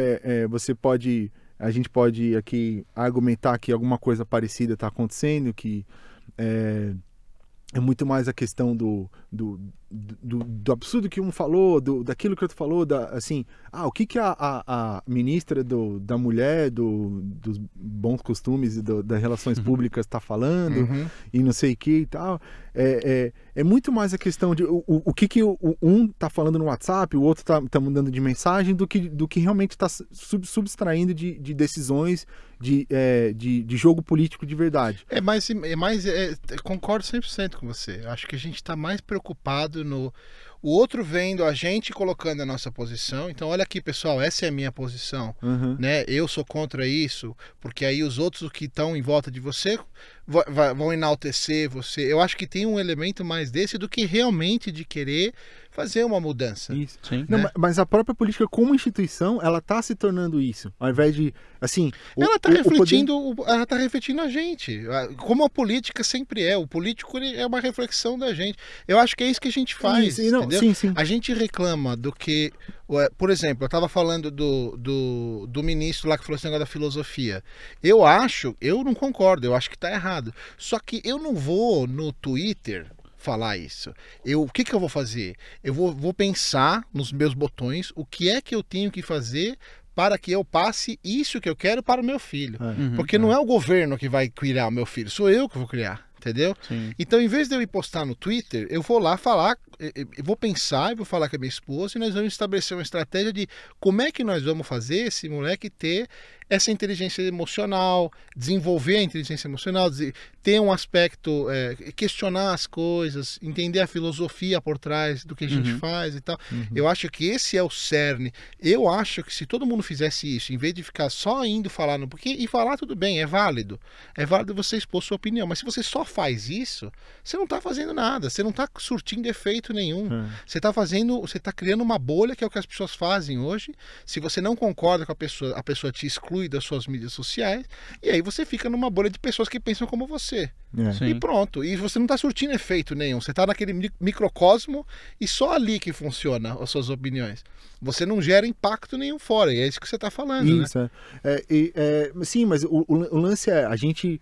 a gente pode aqui argumentar que alguma coisa parecida está acontecendo, que é muito mais a questão do absurdo que um falou, daquilo que outro falou, assim, o que a ministra da mulher, dos bons costumes e das relações públicas está falando, e não sei o que e tal. É muito mais a questão de o que um está falando no WhatsApp, o outro tá mandando de mensagem, do que realmente está subtraindo de decisões de jogo político de verdade. Concordo 100% com você. Acho que a gente está mais preocupado o outro vendo a gente colocando a nossa posição. Então, olha aqui, pessoal, essa é a minha posição, né? Eu sou contra isso, porque aí os outros que estão em volta de você vão enaltecer você. Eu acho que tem um elemento mais desse do que realmente de querer fazer uma mudança. Isso. Sim. Não, mas a própria política como instituição, ela está se tornando isso. Ao invés de, assim... Ela está refletindo a gente. Como a política sempre é. O político é uma reflexão da gente. Eu acho que é isso que a gente faz, entendeu? Sim. A gente reclama do que... Por exemplo, eu estava falando do ministro lá que falou esse negócio da filosofia. Eu não concordo, eu acho que está errado. Só que eu não vou no Twitter falar isso. O que eu vou fazer? Eu vou pensar nos meus botões o que é que eu tenho que fazer para que eu passe isso que eu quero para o meu filho. Porque não é o governo que vai criar o meu filho, sou eu que vou criar. Entendeu? Sim. Então, em vez de eu ir postar no Twitter, eu vou lá falar, eu vou pensar e vou falar com a minha esposa e nós vamos estabelecer uma estratégia de como é que nós vamos fazer esse moleque ter essa inteligência emocional, desenvolver a inteligência emocional, ter um aspecto, questionar as coisas, entender a filosofia por trás do que a gente faz e tal. Eu acho que esse é o cerne. Eu acho que se todo mundo fizesse isso, em vez de ficar só indo falar no porquê, e falar tudo bem, é válido você expor sua opinião, mas se você só faz isso, você não está fazendo nada, você não está surtindo efeito nenhum. Você está criando uma bolha, que é o que as pessoas fazem hoje. Se você não concorda com a pessoa te exclui das suas mídias sociais, e aí você fica numa bolha de pessoas que pensam como você. E pronto, e você não está surtindo efeito nenhum, você está naquele microcosmo e só ali que funciona as suas opiniões. Você não gera impacto nenhum fora, e é isso que você está falando, isso, né? Sim, mas o lance é, a gente,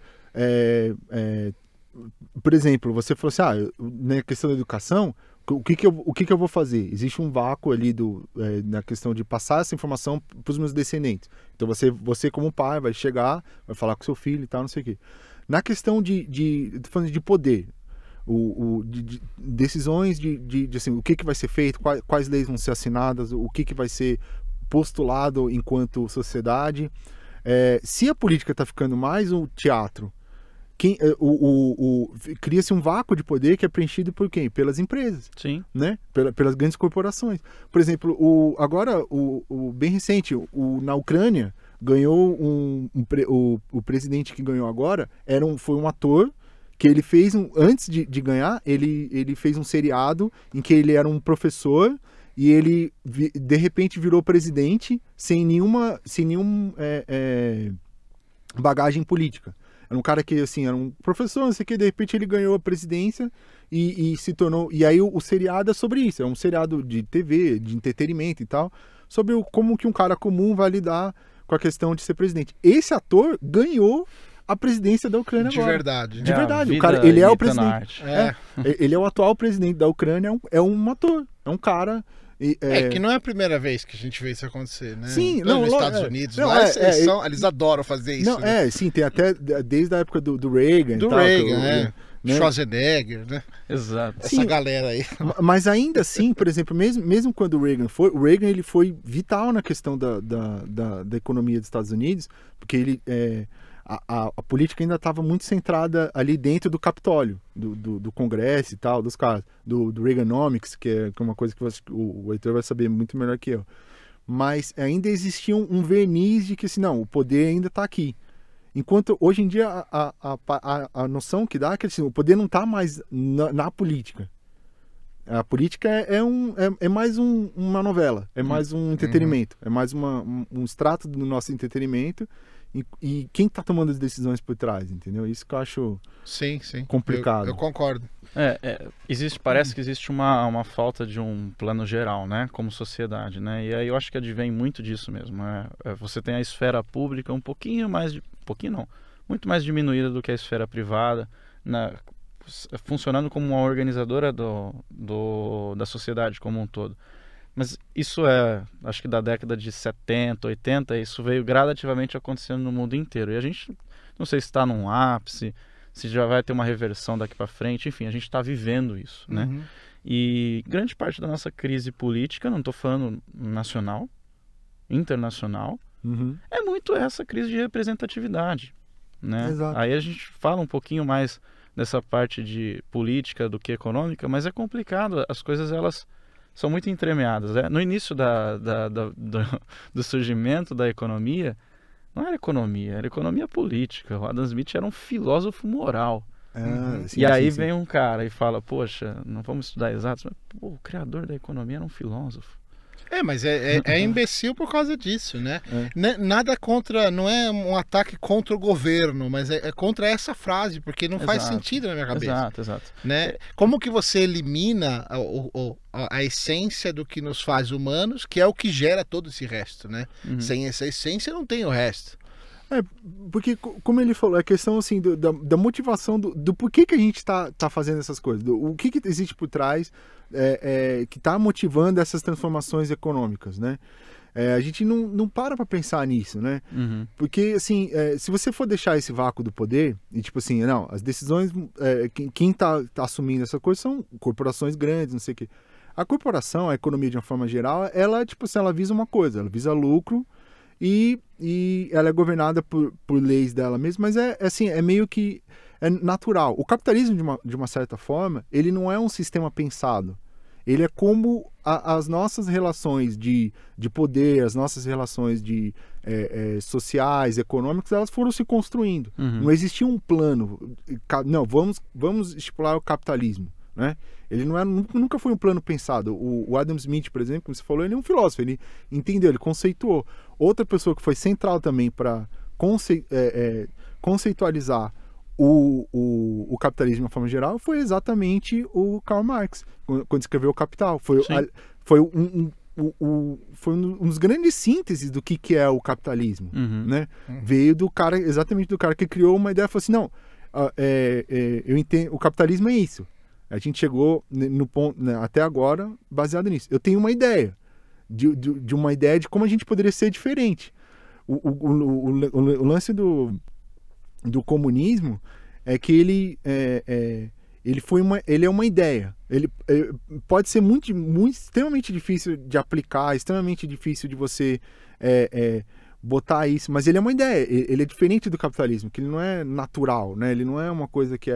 por exemplo, você falou assim, na questão da educação, o que que eu vou fazer? Existe um vácuo ali na questão de passar essa informação para os meus descendentes. Então você como pai vai chegar, vai falar com seu filho e tal, não sei o quê. Na questão de poder, de decisões assim, o que vai ser feito, quais leis vão ser assinadas, o que vai ser postulado enquanto sociedade. Se a política está ficando mais um teatro, cria-se um vácuo de poder que é preenchido por quem? Pelas empresas. Sim. Né? Pelas grandes corporações. Por exemplo, agora, bem recente, na Ucrânia, ganhou o presidente que ganhou agora foi um ator que ele fez, antes de ganhar, ele fez um seriado em que ele era um professor e ele, de repente, virou presidente sem nenhum bagagem política. Era um cara que, assim, era um professor, não sei o que, de repente ele ganhou a presidência e se tornou... E aí o seriado é sobre isso, é um seriado de TV, de entretenimento e tal, sobre como que um cara comum vai lidar com a questão de ser presidente. Esse ator ganhou a presidência da Ucrânia agora. De verdade. De verdade. O cara, ele é o presidente. É. Ele é o atual presidente da Ucrânia, é um ator, é um cara... que não é a primeira vez que a gente vê isso acontecer, né? Sim, nos Estados Unidos, eles adoram fazer isso. Não, né? Sim, tem até desde a época do Reagan. Do e tal, Reagan, né? Schwarzenegger, né? Exato. Essa galera aí. Mas ainda assim, por exemplo, mesmo quando o Reagan ele foi vital na questão da economia dos Estados Unidos, porque ele... A política ainda estava muito centrada ali dentro do Capitólio, do Congresso e tal, dos caras, do Reaganomics, que é uma coisa que o Heitor vai saber muito melhor que eu. Mas ainda existia um verniz de que, assim, não, o poder ainda está aqui. Enquanto hoje em dia a noção que dá é que, assim, o poder não está mais na política. A política é mais uma novela, é mais um entretenimento, é mais um extrato do nosso entretenimento. E quem está tomando as decisões por trás, entendeu? Isso que eu acho complicado. Eu concordo. Parece que existe uma falta de um plano geral, né? Como sociedade, né? E aí eu acho que advém muito disso mesmo. Você tem a esfera pública muito mais diminuída do que a esfera privada, funcionando como uma organizadora da sociedade como um todo. Mas isso acho que da década de 70, 80, isso veio gradativamente acontecendo no mundo inteiro. E a gente, não sei se está num ápice, se já vai ter uma reversão daqui para frente, enfim, a gente está vivendo isso, né? E grande parte da nossa crise política, não estou falando nacional, internacional, é muito essa crise de representatividade, né? Exato. Aí a gente fala um pouquinho mais dessa parte de política do que econômica, mas é complicado, as coisas elas são muito entremeadas. No início do surgimento da economia, não era economia, era economia política. O Adam Smith era um filósofo moral. Sim, e aí vem um cara e fala, poxa, não vamos estudar exatos, mas o criador da economia era um filósofo. Mas é imbecil por causa disso, né? Nada contra, não é um ataque contra o governo, mas é contra essa frase, porque não faz sentido na minha cabeça. Exato. Né? Como que você elimina a essência do que nos faz humanos, que é o que gera todo esse resto, né? Sem essa essência não tem o resto. Porque, como ele falou, a questão assim, da motivação do porquê que a gente está fazendo essas coisas, o que existe por trás que está motivando essas transformações econômicas, né? A gente não para pensar nisso, né? Porque, assim, se você for deixar esse vácuo do poder, e tipo assim, não, as decisões, quem tá assumindo essa coisa são corporações grandes, não sei o quê. A corporação, a economia de uma forma geral, ela, tipo assim, ela visa uma coisa, ela visa lucro. e ela é governada por leis dela mesma, mas assim, é meio que é natural. O capitalismo, de uma certa forma, ele não é um sistema pensado. Ele é como as nossas relações de poder, as nossas relações sociais, econômicas, elas foram se construindo. Uhum. Não existia um plano. Não, vamos estipular o capitalismo. Né? Ele nunca foi um plano pensado. O Adam Smith, por exemplo, como você falou, ele é um filósofo. Ele entendeu, ele conceituou. Outra pessoa que foi central também para conceitualizar o capitalismo de uma forma geral foi exatamente o Karl Marx, quando escreveu O Capital. Foi um dos grandes sínteses do que é o capitalismo. Uhum. Né? Veio exatamente do cara que criou uma ideia e falou assim, não, eu entendo, o capitalismo é isso. A gente chegou no ponto, né, até agora baseado nisso. Eu tenho uma ideia de uma ideia de como a gente poderia ser diferente. O lance do comunismo é que ele é uma ideia. Ele pode ser muito, extremamente difícil de aplicar, extremamente difícil de você botar isso, mas ele é uma ideia. Ele é diferente do capitalismo, que ele não é natural, né? Ele não é uma coisa que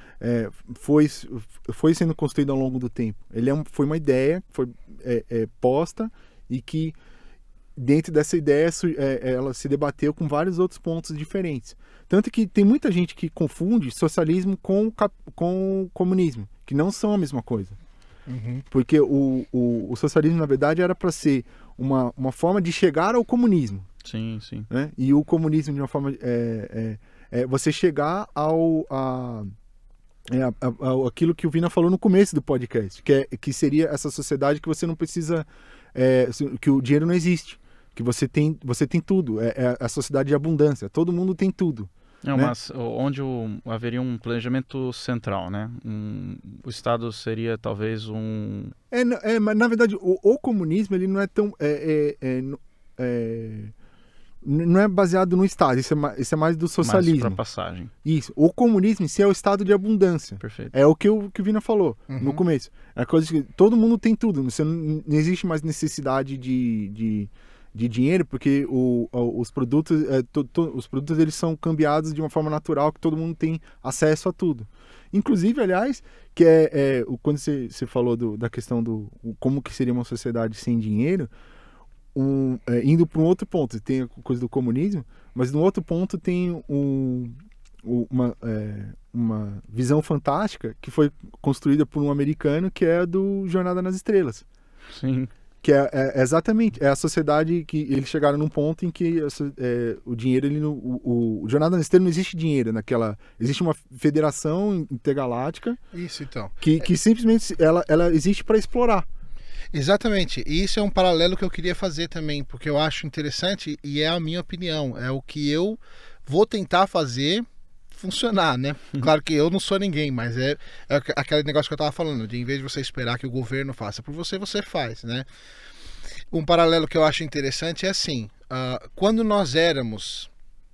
foi sendo construída ao longo do tempo. Foi uma ideia que foi posta e que dentro dessa ideia ela se debateu com vários outros pontos diferentes. Tanto que tem muita gente que confunde socialismo com comunismo, que não são a mesma coisa. Uhum. Porque o socialismo, na verdade, era para ser uma forma de chegar ao comunismo. Sim, sim. Né? E o comunismo, de uma forma... você chegar aquilo que o Vina falou no começo do podcast, que seria essa sociedade que você não precisa... que o dinheiro não existe. Que você tem tudo. É a sociedade de abundância. Todo mundo tem tudo. Né? Mas onde haveria um planejamento central, né? O Estado seria talvez um... mas na verdade o comunismo ele não é tão... não é baseado no Estado, isso é mais do socialismo. Mais para passagem. Isso. O comunismo em si é o estado de abundância. Perfeito. É o que o Vina falou no começo. É a coisa que todo mundo tem tudo. Você não existe mais necessidade de dinheiro, porque os produtos eles são cambiados de uma forma natural, que todo mundo tem acesso a tudo. Inclusive, aliás, que quando você falou da questão como que seria uma sociedade sem dinheiro, indo para um outro ponto, tem a coisa do comunismo, mas no outro ponto tem uma visão fantástica que foi construída por um americano, que é do Jornada nas Estrelas. Sim. Que exatamente, a sociedade que eles chegaram num ponto em que o dinheiro, o Jornada nas Estrelas não existe dinheiro existe uma federação intergaláctica. Isso, então. Que simplesmente ela existe para explorar. Exatamente, e isso é um paralelo que eu queria fazer também, porque eu acho interessante e é a minha opinião, é o que eu vou tentar fazer funcionar, né? Claro que eu não sou ninguém, mas é aquele negócio que eu tava falando, de em vez de você esperar que o governo faça por você, você faz, né? Um paralelo que eu acho interessante é assim, quando nós éramos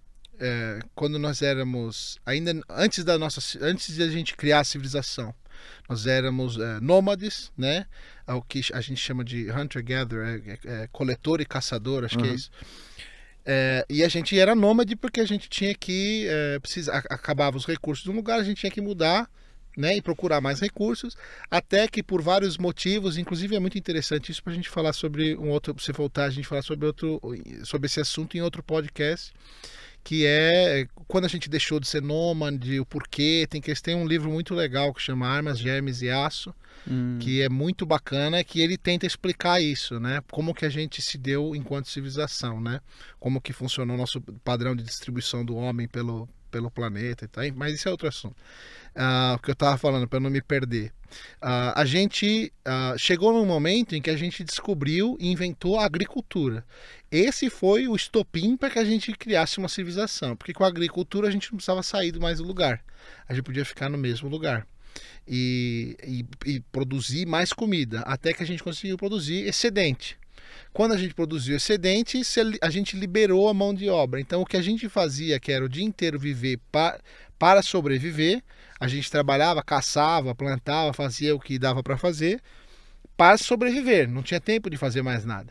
ainda antes de a gente criar a civilização, nós éramos nômades, né? O que a gente chama de hunter-gatherer, coletor e caçador, acho que é isso. E a gente era nômade porque a gente tinha que acabava os recursos de um lugar, a gente tinha que mudar, né, e procurar mais recursos, até que por vários motivos, inclusive é muito interessante isso para a gente falar sobre se voltar a gente falar sobre esse assunto em outro podcast, que é quando a gente deixou de ser nômade, o porquê. Tem um livro muito legal que chama Armas, Germes e Aço, que é muito bacana, que ele tenta explicar isso, né? Como que a gente se deu enquanto civilização, né? Como que funcionou o nosso padrão de distribuição do homem pelo planeta e tal, mas isso é outro assunto. O que eu estava falando, para não me perder. A gente chegou num momento em que a gente descobriu e inventou a agricultura. Esse foi o estopim para que a gente criasse uma civilização, porque com a agricultura a gente não precisava sair mais do lugar, a gente podia ficar no mesmo lugar e produzir mais comida, até que a gente conseguiu produzir excedente. Quando a gente produziu excedente, a gente liberou a mão de obra. Então o que a gente fazia, que era o dia inteiro viver para sobreviver, a gente trabalhava, caçava, plantava, fazia o que dava para fazer para sobreviver, não tinha tempo de fazer mais nada.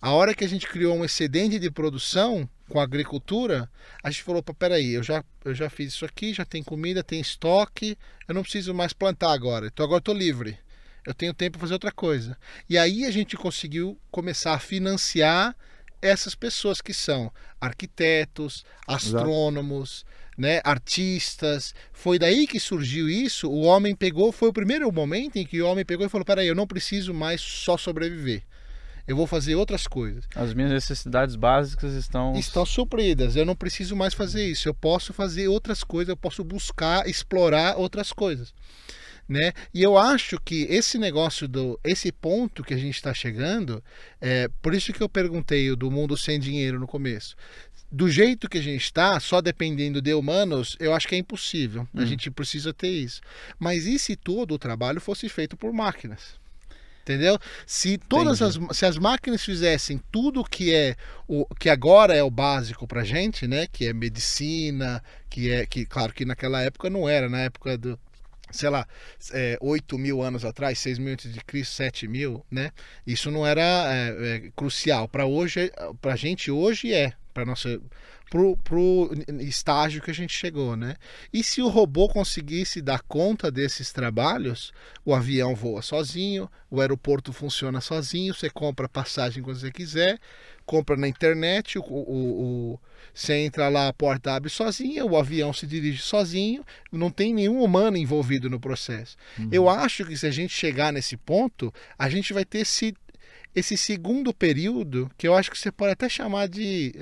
A hora que a gente criou um excedente de produção com a agricultura, a gente falou, peraí, eu já fiz isso aqui, já tem comida, tem estoque, eu não preciso mais plantar agora, então agora eu estou livre. Eu tenho tempo para fazer outra coisa. E aí a gente conseguiu começar a financiar essas pessoas que são arquitetos, astrônomos, né, artistas. Foi daí que surgiu isso. O homem pegou, foi o primeiro momento em que o homem pegou e falou, peraí, eu não preciso mais só sobreviver. Eu vou fazer outras coisas. As minhas necessidades básicas estão supridas. Eu não preciso mais fazer isso. Eu posso fazer outras coisas, eu posso buscar, explorar outras coisas. Né? E eu acho que esse negócio esse ponto que a gente está chegando, por isso que eu perguntei do mundo sem dinheiro no começo. Do jeito que a gente está, só dependendo de humanos, eu acho que é impossível. A gente precisa ter isso. Mas e se todo o trabalho fosse feito por máquinas? Entendeu? Se se as máquinas fizessem tudo que que agora é o básico pra gente, né? Que é medicina, que claro que naquela época não era, na época do, sei lá, 8 mil anos atrás, 6 mil antes de Cristo, 7 mil, né? Isso não era crucial. Pra gente hoje para nossa pro estágio que a gente chegou, né? E se o robô conseguisse dar conta desses trabalhos, o avião voa sozinho, o aeroporto funciona sozinho, você compra passagem quando você quiser, compra na internet, você entra lá, a porta abre sozinha, o avião se dirige sozinho, não tem nenhum humano envolvido no processo. Eu acho que se a gente chegar nesse ponto, a gente vai ter esse segundo período, que eu acho que você pode até chamar de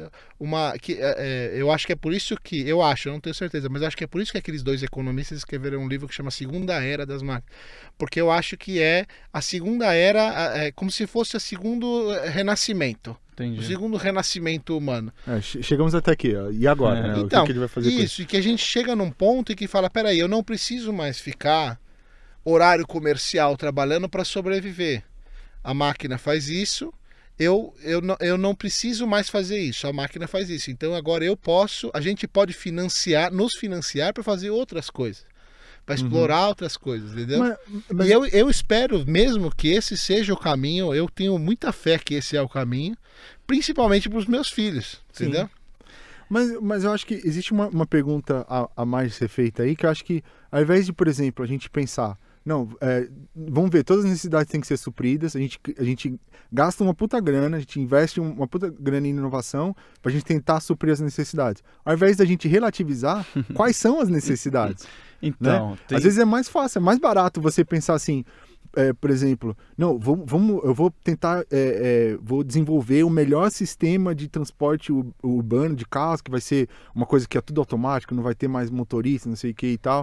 eu acho que é por isso que, eu não tenho certeza, mas acho que é por isso que aqueles dois economistas escreveram um livro que chama Segunda Era das Máquinas, porque eu acho que a segunda era como se fosse o segundo renascimento. Entendi. O segundo renascimento humano. Chegamos até aqui, ó. E agora? Né? Então, o que ele vai fazer isso, com e que a gente chega num ponto em que fala, peraí, eu não preciso mais ficar horário comercial trabalhando para sobreviver. A máquina faz isso, eu não preciso mais fazer isso, a máquina faz isso. Então agora a gente pode nos financiar para fazer outras coisas, para explorar outras coisas, entendeu? Mas... E eu espero mesmo que esse seja o caminho, eu tenho muita fé que esse é o caminho, principalmente para os meus filhos, entendeu? Mas eu acho que existe uma pergunta a mais de ser feita aí, que eu acho que ao invés de, por exemplo, a gente pensar, não, vamos ver, todas as necessidades têm que ser supridas, a gente gasta uma puta grana, a gente investe uma puta grana em inovação pra gente tentar suprir as necessidades. Ao invés da gente relativizar, quais são as necessidades? Então, né? Às vezes é mais fácil, é mais barato você pensar assim, por exemplo, não, eu vou tentar, vou desenvolver o melhor sistema de transporte urbano de carros, que vai ser uma coisa que é tudo automático, não vai ter mais motorista, não sei o que e tal.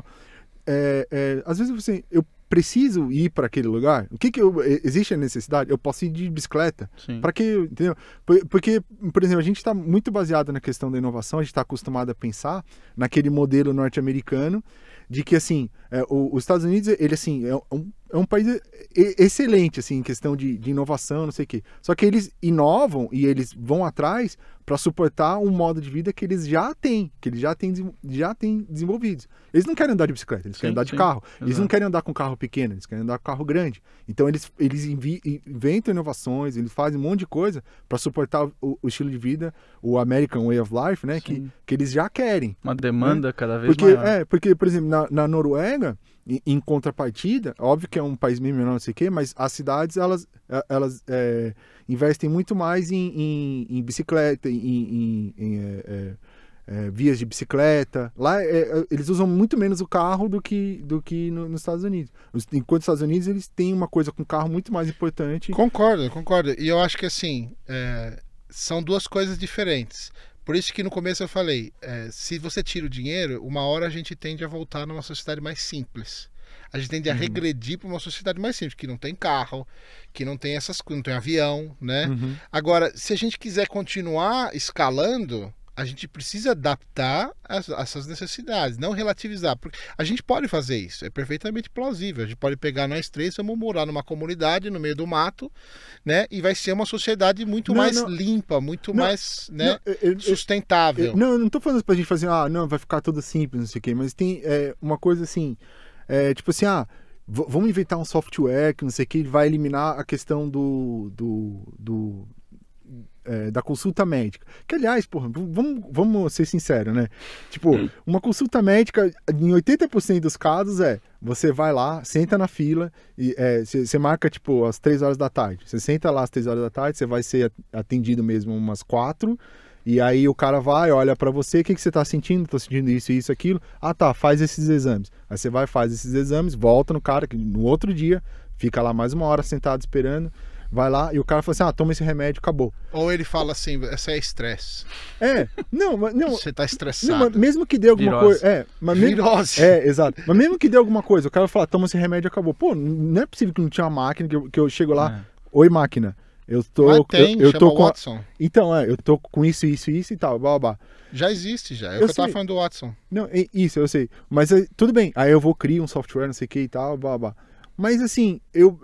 Às vezes eu preciso ir para aquele lugar. Existe a necessidade? Eu posso ir de bicicleta. Para que, entendeu? Porque, por exemplo, a gente está muito baseado na questão da inovação, a gente está acostumado a pensar naquele modelo norte-americano de que, assim, os Estados Unidos, ele, assim, é um país excelente, assim, em questão de inovação, não sei o quê. Só que eles inovam e eles vão atrás para suportar um modo de vida que eles já têm, desenvolvidos. Eles não querem andar de bicicleta, eles querem andar de carro. Eles não querem andar com carro pequeno, eles querem andar com carro grande. Então eles inventam inovações, eles fazem um monte de coisa para suportar o estilo de vida, o American Way of Life, né? Que eles já querem. Uma demanda, né? Cada vez maior. Porque, por exemplo, na Noruega, em contrapartida, óbvio que é um país bem menor, não sei o quê, mas as cidades, elas investem muito mais em bicicleta, em vias de bicicleta. Lá eles usam muito menos o carro do que nos Estados Unidos. Enquanto nos Estados Unidos eles têm uma coisa com carro muito mais importante. Concordo. E eu acho que assim, são duas coisas diferentes. Por isso que no começo eu falei, se você tira o dinheiro, uma hora a gente tende a voltar numa sociedade mais simples. A gente tende a regredir para uma sociedade mais simples, que não tem carro, que não tem não tem avião, né? Agora, se a gente quiser continuar escalando, a gente precisa adaptar essas necessidades, não relativizar. Porque a gente pode fazer isso, é perfeitamente plausível. A gente pode pegar nós três, vamos morar numa comunidade no meio do mato, né? E vai ser uma sociedade muito mais limpa, muito mais, né, sustentável. Eu não estou falando pra gente fazer, não, vai ficar tudo simples, não sei o quê, mas tem uma coisa assim, tipo assim, vamos inventar um software que não sei o que vai eliminar a questão da consulta médica. Que, aliás, porra, vamos ser sinceros, né? Tipo, uma consulta médica, em 80% dos casos, você vai lá, senta na fila, e você marca, tipo, às 3 horas da tarde. Você senta lá às 3 horas da tarde, você vai ser atendido mesmo umas 4, e aí o cara vai, olha pra você, o que você tá sentindo? Tô sentindo isso, isso, aquilo. Ah, tá, faz esses exames. Aí você vai, faz esses exames, volta no cara, que no outro dia, fica lá mais 1 hora sentado esperando, vai lá, e o cara fala assim, toma esse remédio, acabou. Ou ele fala assim, essa é estresse. Não, Você tá estressado. não, mas mesmo que dê alguma Virose. coisa. Virose. Exato. Mas mesmo que dê alguma coisa, o cara fala, toma esse remédio, acabou. Pô, não é possível que não tinha uma máquina, que eu chego lá, oi máquina, eu tô. Mas tem, eu chama tô com. Watson. Então, eu tô com isso e tal, blá, blá, blá. Já existe, já. É o Eu que eu tava sei. falando do Watson. Não, isso, eu sei. Mas tudo bem. Aí eu vou criar um software, não sei o que e tal, blá, blá. Mas assim,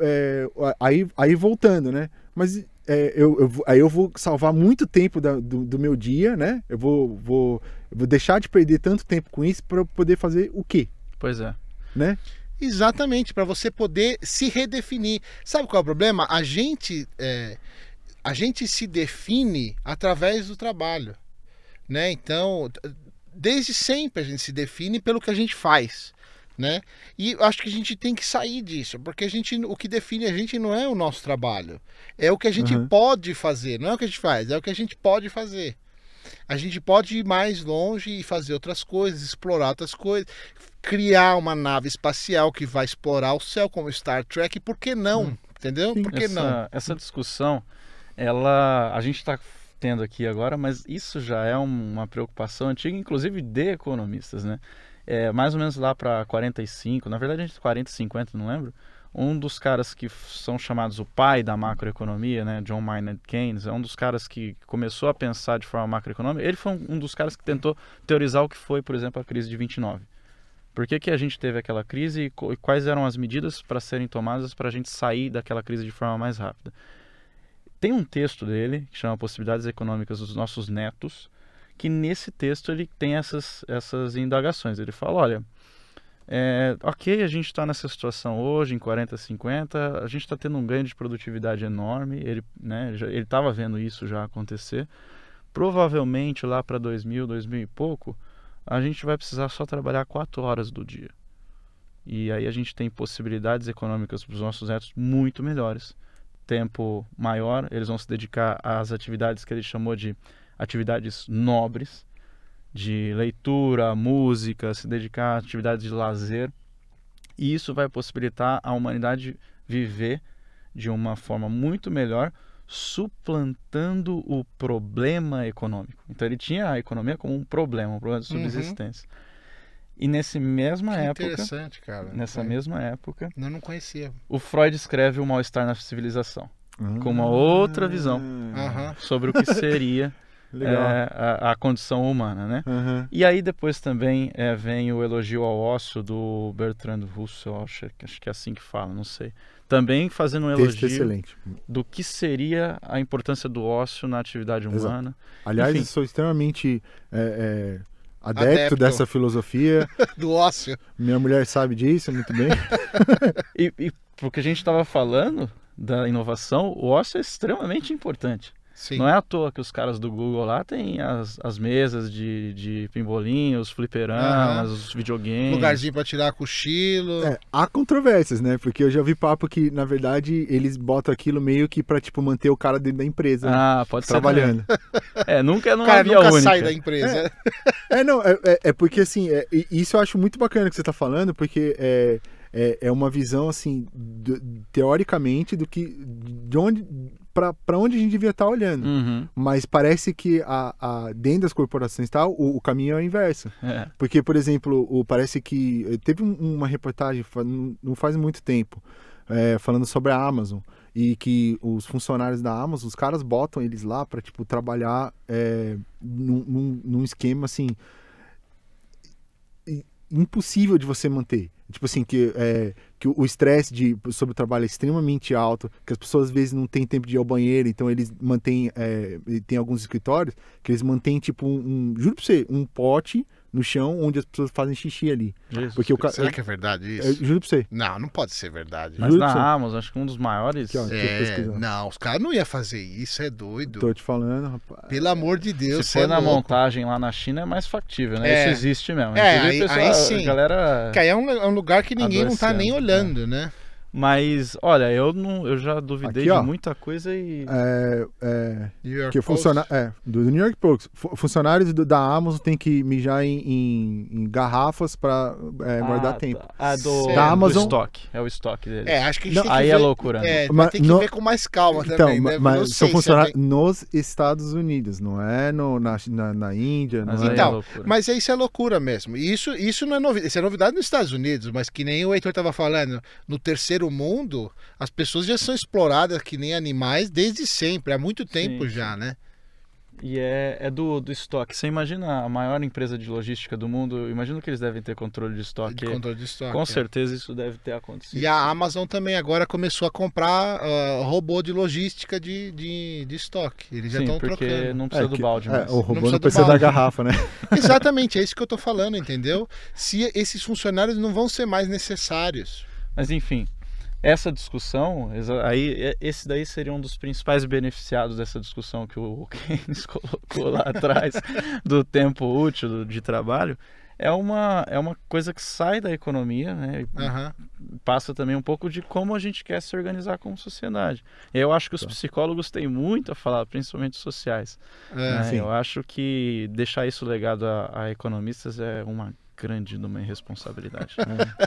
aí voltando, né? Mas aí eu vou salvar muito tempo do meu dia, né? Eu vou deixar de perder tanto tempo com isso para poder fazer o quê? Pois é. Né? Exatamente, para você poder se redefinir. Sabe qual é o problema? A gente se define através do trabalho, né? Então, desde sempre a gente se define pelo que a gente faz, né? E acho que a gente tem que sair disso, porque o que define a gente não é o nosso trabalho, é o que a gente pode fazer, não é o que a gente faz, é o que a gente pode fazer. A gente pode ir mais longe e fazer outras coisas, explorar outras coisas, criar uma nave espacial que vai explorar o céu como Star Trek, por que não? Entendeu? Por que não? Essa discussão, a gente está tendo aqui agora, mas isso já é uma preocupação antiga, inclusive de economistas, né? Mais ou menos lá para 45, na verdade entre 40 e 50, não lembro, um dos caras que são chamados o pai da macroeconomia, né, John Maynard Keynes, é um dos caras que começou a pensar de forma macroeconômica. Ele foi um dos caras que tentou teorizar o que foi, por exemplo, a crise de 29. Por que a gente teve aquela crise e quais eram as medidas para serem tomadas para a gente sair daquela crise de forma mais rápida. Tem um texto dele que chama Possibilidades Econômicas dos Nossos Netos, que nesse texto ele tem essas indagações. Ele fala, olha, ok, a gente está nessa situação hoje, em 40, 50, a gente está tendo um ganho de produtividade enorme, ele estava vendo isso já acontecer. Provavelmente lá para 2000 e pouco, a gente vai precisar só trabalhar 4 horas do dia. E aí a gente tem possibilidades econômicas para os nossos netos muito melhores. Tempo maior, eles vão se dedicar às atividades que ele chamou de atividades nobres, de leitura, música, se dedicar a atividades de lazer. E isso vai possibilitar a humanidade viver de uma forma muito melhor, suplantando o problema econômico. Então ele tinha a economia como um problema de subsistência. E nessa mesma época, interessante, cara. mesma época, eu não conhecia. O Freud escreve O Mal-Estar na Civilização, com uma outra visão sobre o que seria a condição humana, né? E aí depois também vem o Elogio ao Ócio do Bertrand Russell, acho que é assim que fala, não sei. Também fazendo um elogio excelente do que seria a importância do ócio na atividade humana. Exato. Aliás, enfim, eu sou extremamente adepto dessa filosofia. Do ócio. Minha mulher sabe disso muito bem. E porque a gente estava falando da inovação, o ócio é extremamente importante. Sim. Não é à toa que os caras do Google lá têm as mesas de pimbolinho, os fliperamas, os videogames. Lugarzinho para tirar cochilo. Há controvérsias, né? Porque eu já vi papo que, na verdade, eles botam aquilo meio que pra, tipo, manter o cara dentro da empresa. Pode trabalhando. Ser. Nunca é numa cara, via nunca única. sai da empresa. Porque, assim, isso eu acho muito bacana que você tá falando, porque é uma visão, assim, teoricamente, de onde... para onde a gente devia estar olhando. Mas parece que dentro das corporações tal, o caminho é o inverso. Porque, por exemplo, parece que teve uma reportagem não faz muito tempo falando sobre a Amazon e que os funcionários da Amazon, os caras botam eles lá para tipo trabalhar num esquema assim impossível de você manter. Tipo assim, que o estresse sobre o trabalho é extremamente alto, que as pessoas às vezes não têm tempo de ir ao banheiro, então eles mantêm, tem alguns escritórios que eles mantêm tipo juro pra você, um pote no chão onde as pessoas fazem xixi ali. Jesus. Porque o cara. Será que é verdade Eu isso? juro pra você. Não não pode ser verdade. Mas Juro na pra você. Amazon, acho que um dos maiores. Aqui, ó. Deixa eu pesquisar. Não, os caras não iam fazer isso, é doido. Tô te falando, rapaz. Pelo amor de Deus, Se cê for é na louco. montagem lá na China é mais factível, né? É. Isso existe mesmo. É, Inclusive, aí sim. a galera. Que aí é um lugar que ninguém não tá nem Adoecendo, olhando, né? Mas, olha, eu já duvidei Aqui, ó. de muita coisa e. New York Que Post. do New York Post. Funcionários da Amazon tem que mijar em garrafas pra guardar tempo. Do, Da Amazon- do estoque. É o estoque deles. É, acho que a gente Não, tem que aí ver... é loucura, né? Mas Mas tem que no- ver com mais calma Então, também, né? Não mas sei são se funcionários é bem- nos Estados Unidos, não é na Índia. Mas não aí é... é Então, loucura. mas isso é loucura mesmo. E isso não é novidade. Isso é novidade nos Estados Unidos, mas que nem o Heitor tava falando, no terceiro mundo, as pessoas já são exploradas que nem animais desde sempre, há muito tempo Sim, já, né? E é do estoque. Você imagina a maior empresa de logística do mundo, imagina que eles devem ter controle de estoque. De controle de estoque. Com é. certeza isso deve ter acontecido. E a Amazon também agora começou a comprar robô de logística de estoque. Eles já Sim, estão porque trocando. não precisa do balde mais. o robô precisa não do precisa da balde. garrafa, né? Exatamente, é isso que eu tô falando, entendeu? Se esses funcionários não vão ser mais necessários. Mas enfim, essa discussão, esse daí seria um dos principais beneficiados dessa discussão que o Keynes colocou lá atrás, do tempo útil de trabalho. É uma coisa que sai da economia, né? E Aham. passa também um pouco de como a gente quer se organizar como sociedade. Eu acho que os psicólogos têm muito a falar, principalmente os sociais. Né? sim. Eu acho que deixar isso legado a economistas é uma grande de uma irresponsabilidade.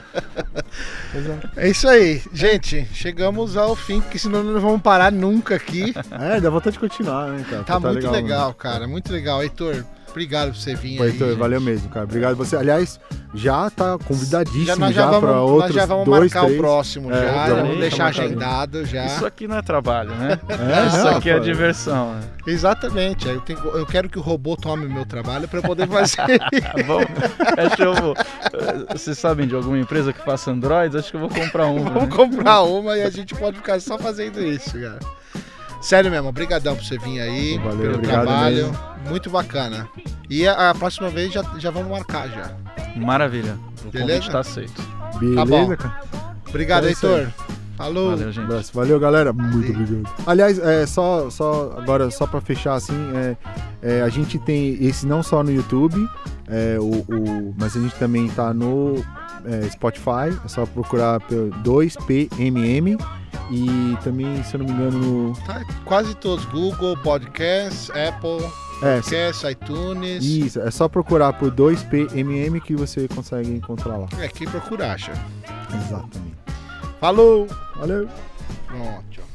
É isso aí, gente. Chegamos ao fim, porque senão não vamos parar nunca aqui. Dá vontade de continuar, né, cara? Tá muito legal, né? cara. Muito legal. Heitor, obrigado por você vir Pô, aí. Heitor, gente. valeu mesmo, cara. Obrigado a você. Aliás, já tá convidadíssimo Nós pra outros nós já vamos 2, marcar 3. o próximo já. já Já vamos vamos deixar marcar. agendado já. Isso aqui não é trabalho, né? É, Isso não, aqui é pô. diversão. Né? Exatamente. Eu quero que o robô tome o meu trabalho para eu poder fazer. Vamos, acho que eu vou. Vocês sabem de alguma empresa que faça Androids? Acho que eu vou comprar uma. Vamos né? comprar uma e a gente pode ficar só fazendo isso, cara. Sério mesmo, obrigadão por você vir aí, Valeu, pelo obrigado trabalho. mesmo. Muito bacana. E a próxima vez já vamos marcar já. Maravilha. O Beleza? convite está aceito. Beleza, bom. cara? Obrigado, É isso Heitor. Falou. Valeu, gente. Abraço. Valeu, galera. Muito obrigado. Aliás, agora só pra fechar assim, a gente tem esse não só no YouTube, mas a gente também tá no Spotify. É só procurar pelo 2PMM. E também, se eu não me engano, no. Tá, quase todos. Google, Podcast, Apple, Podcast, iTunes. Isso, é só procurar por 2PMM que você consegue encontrar lá. É, quem procurar, acha. Exatamente. Falou! Valeu! Pronto.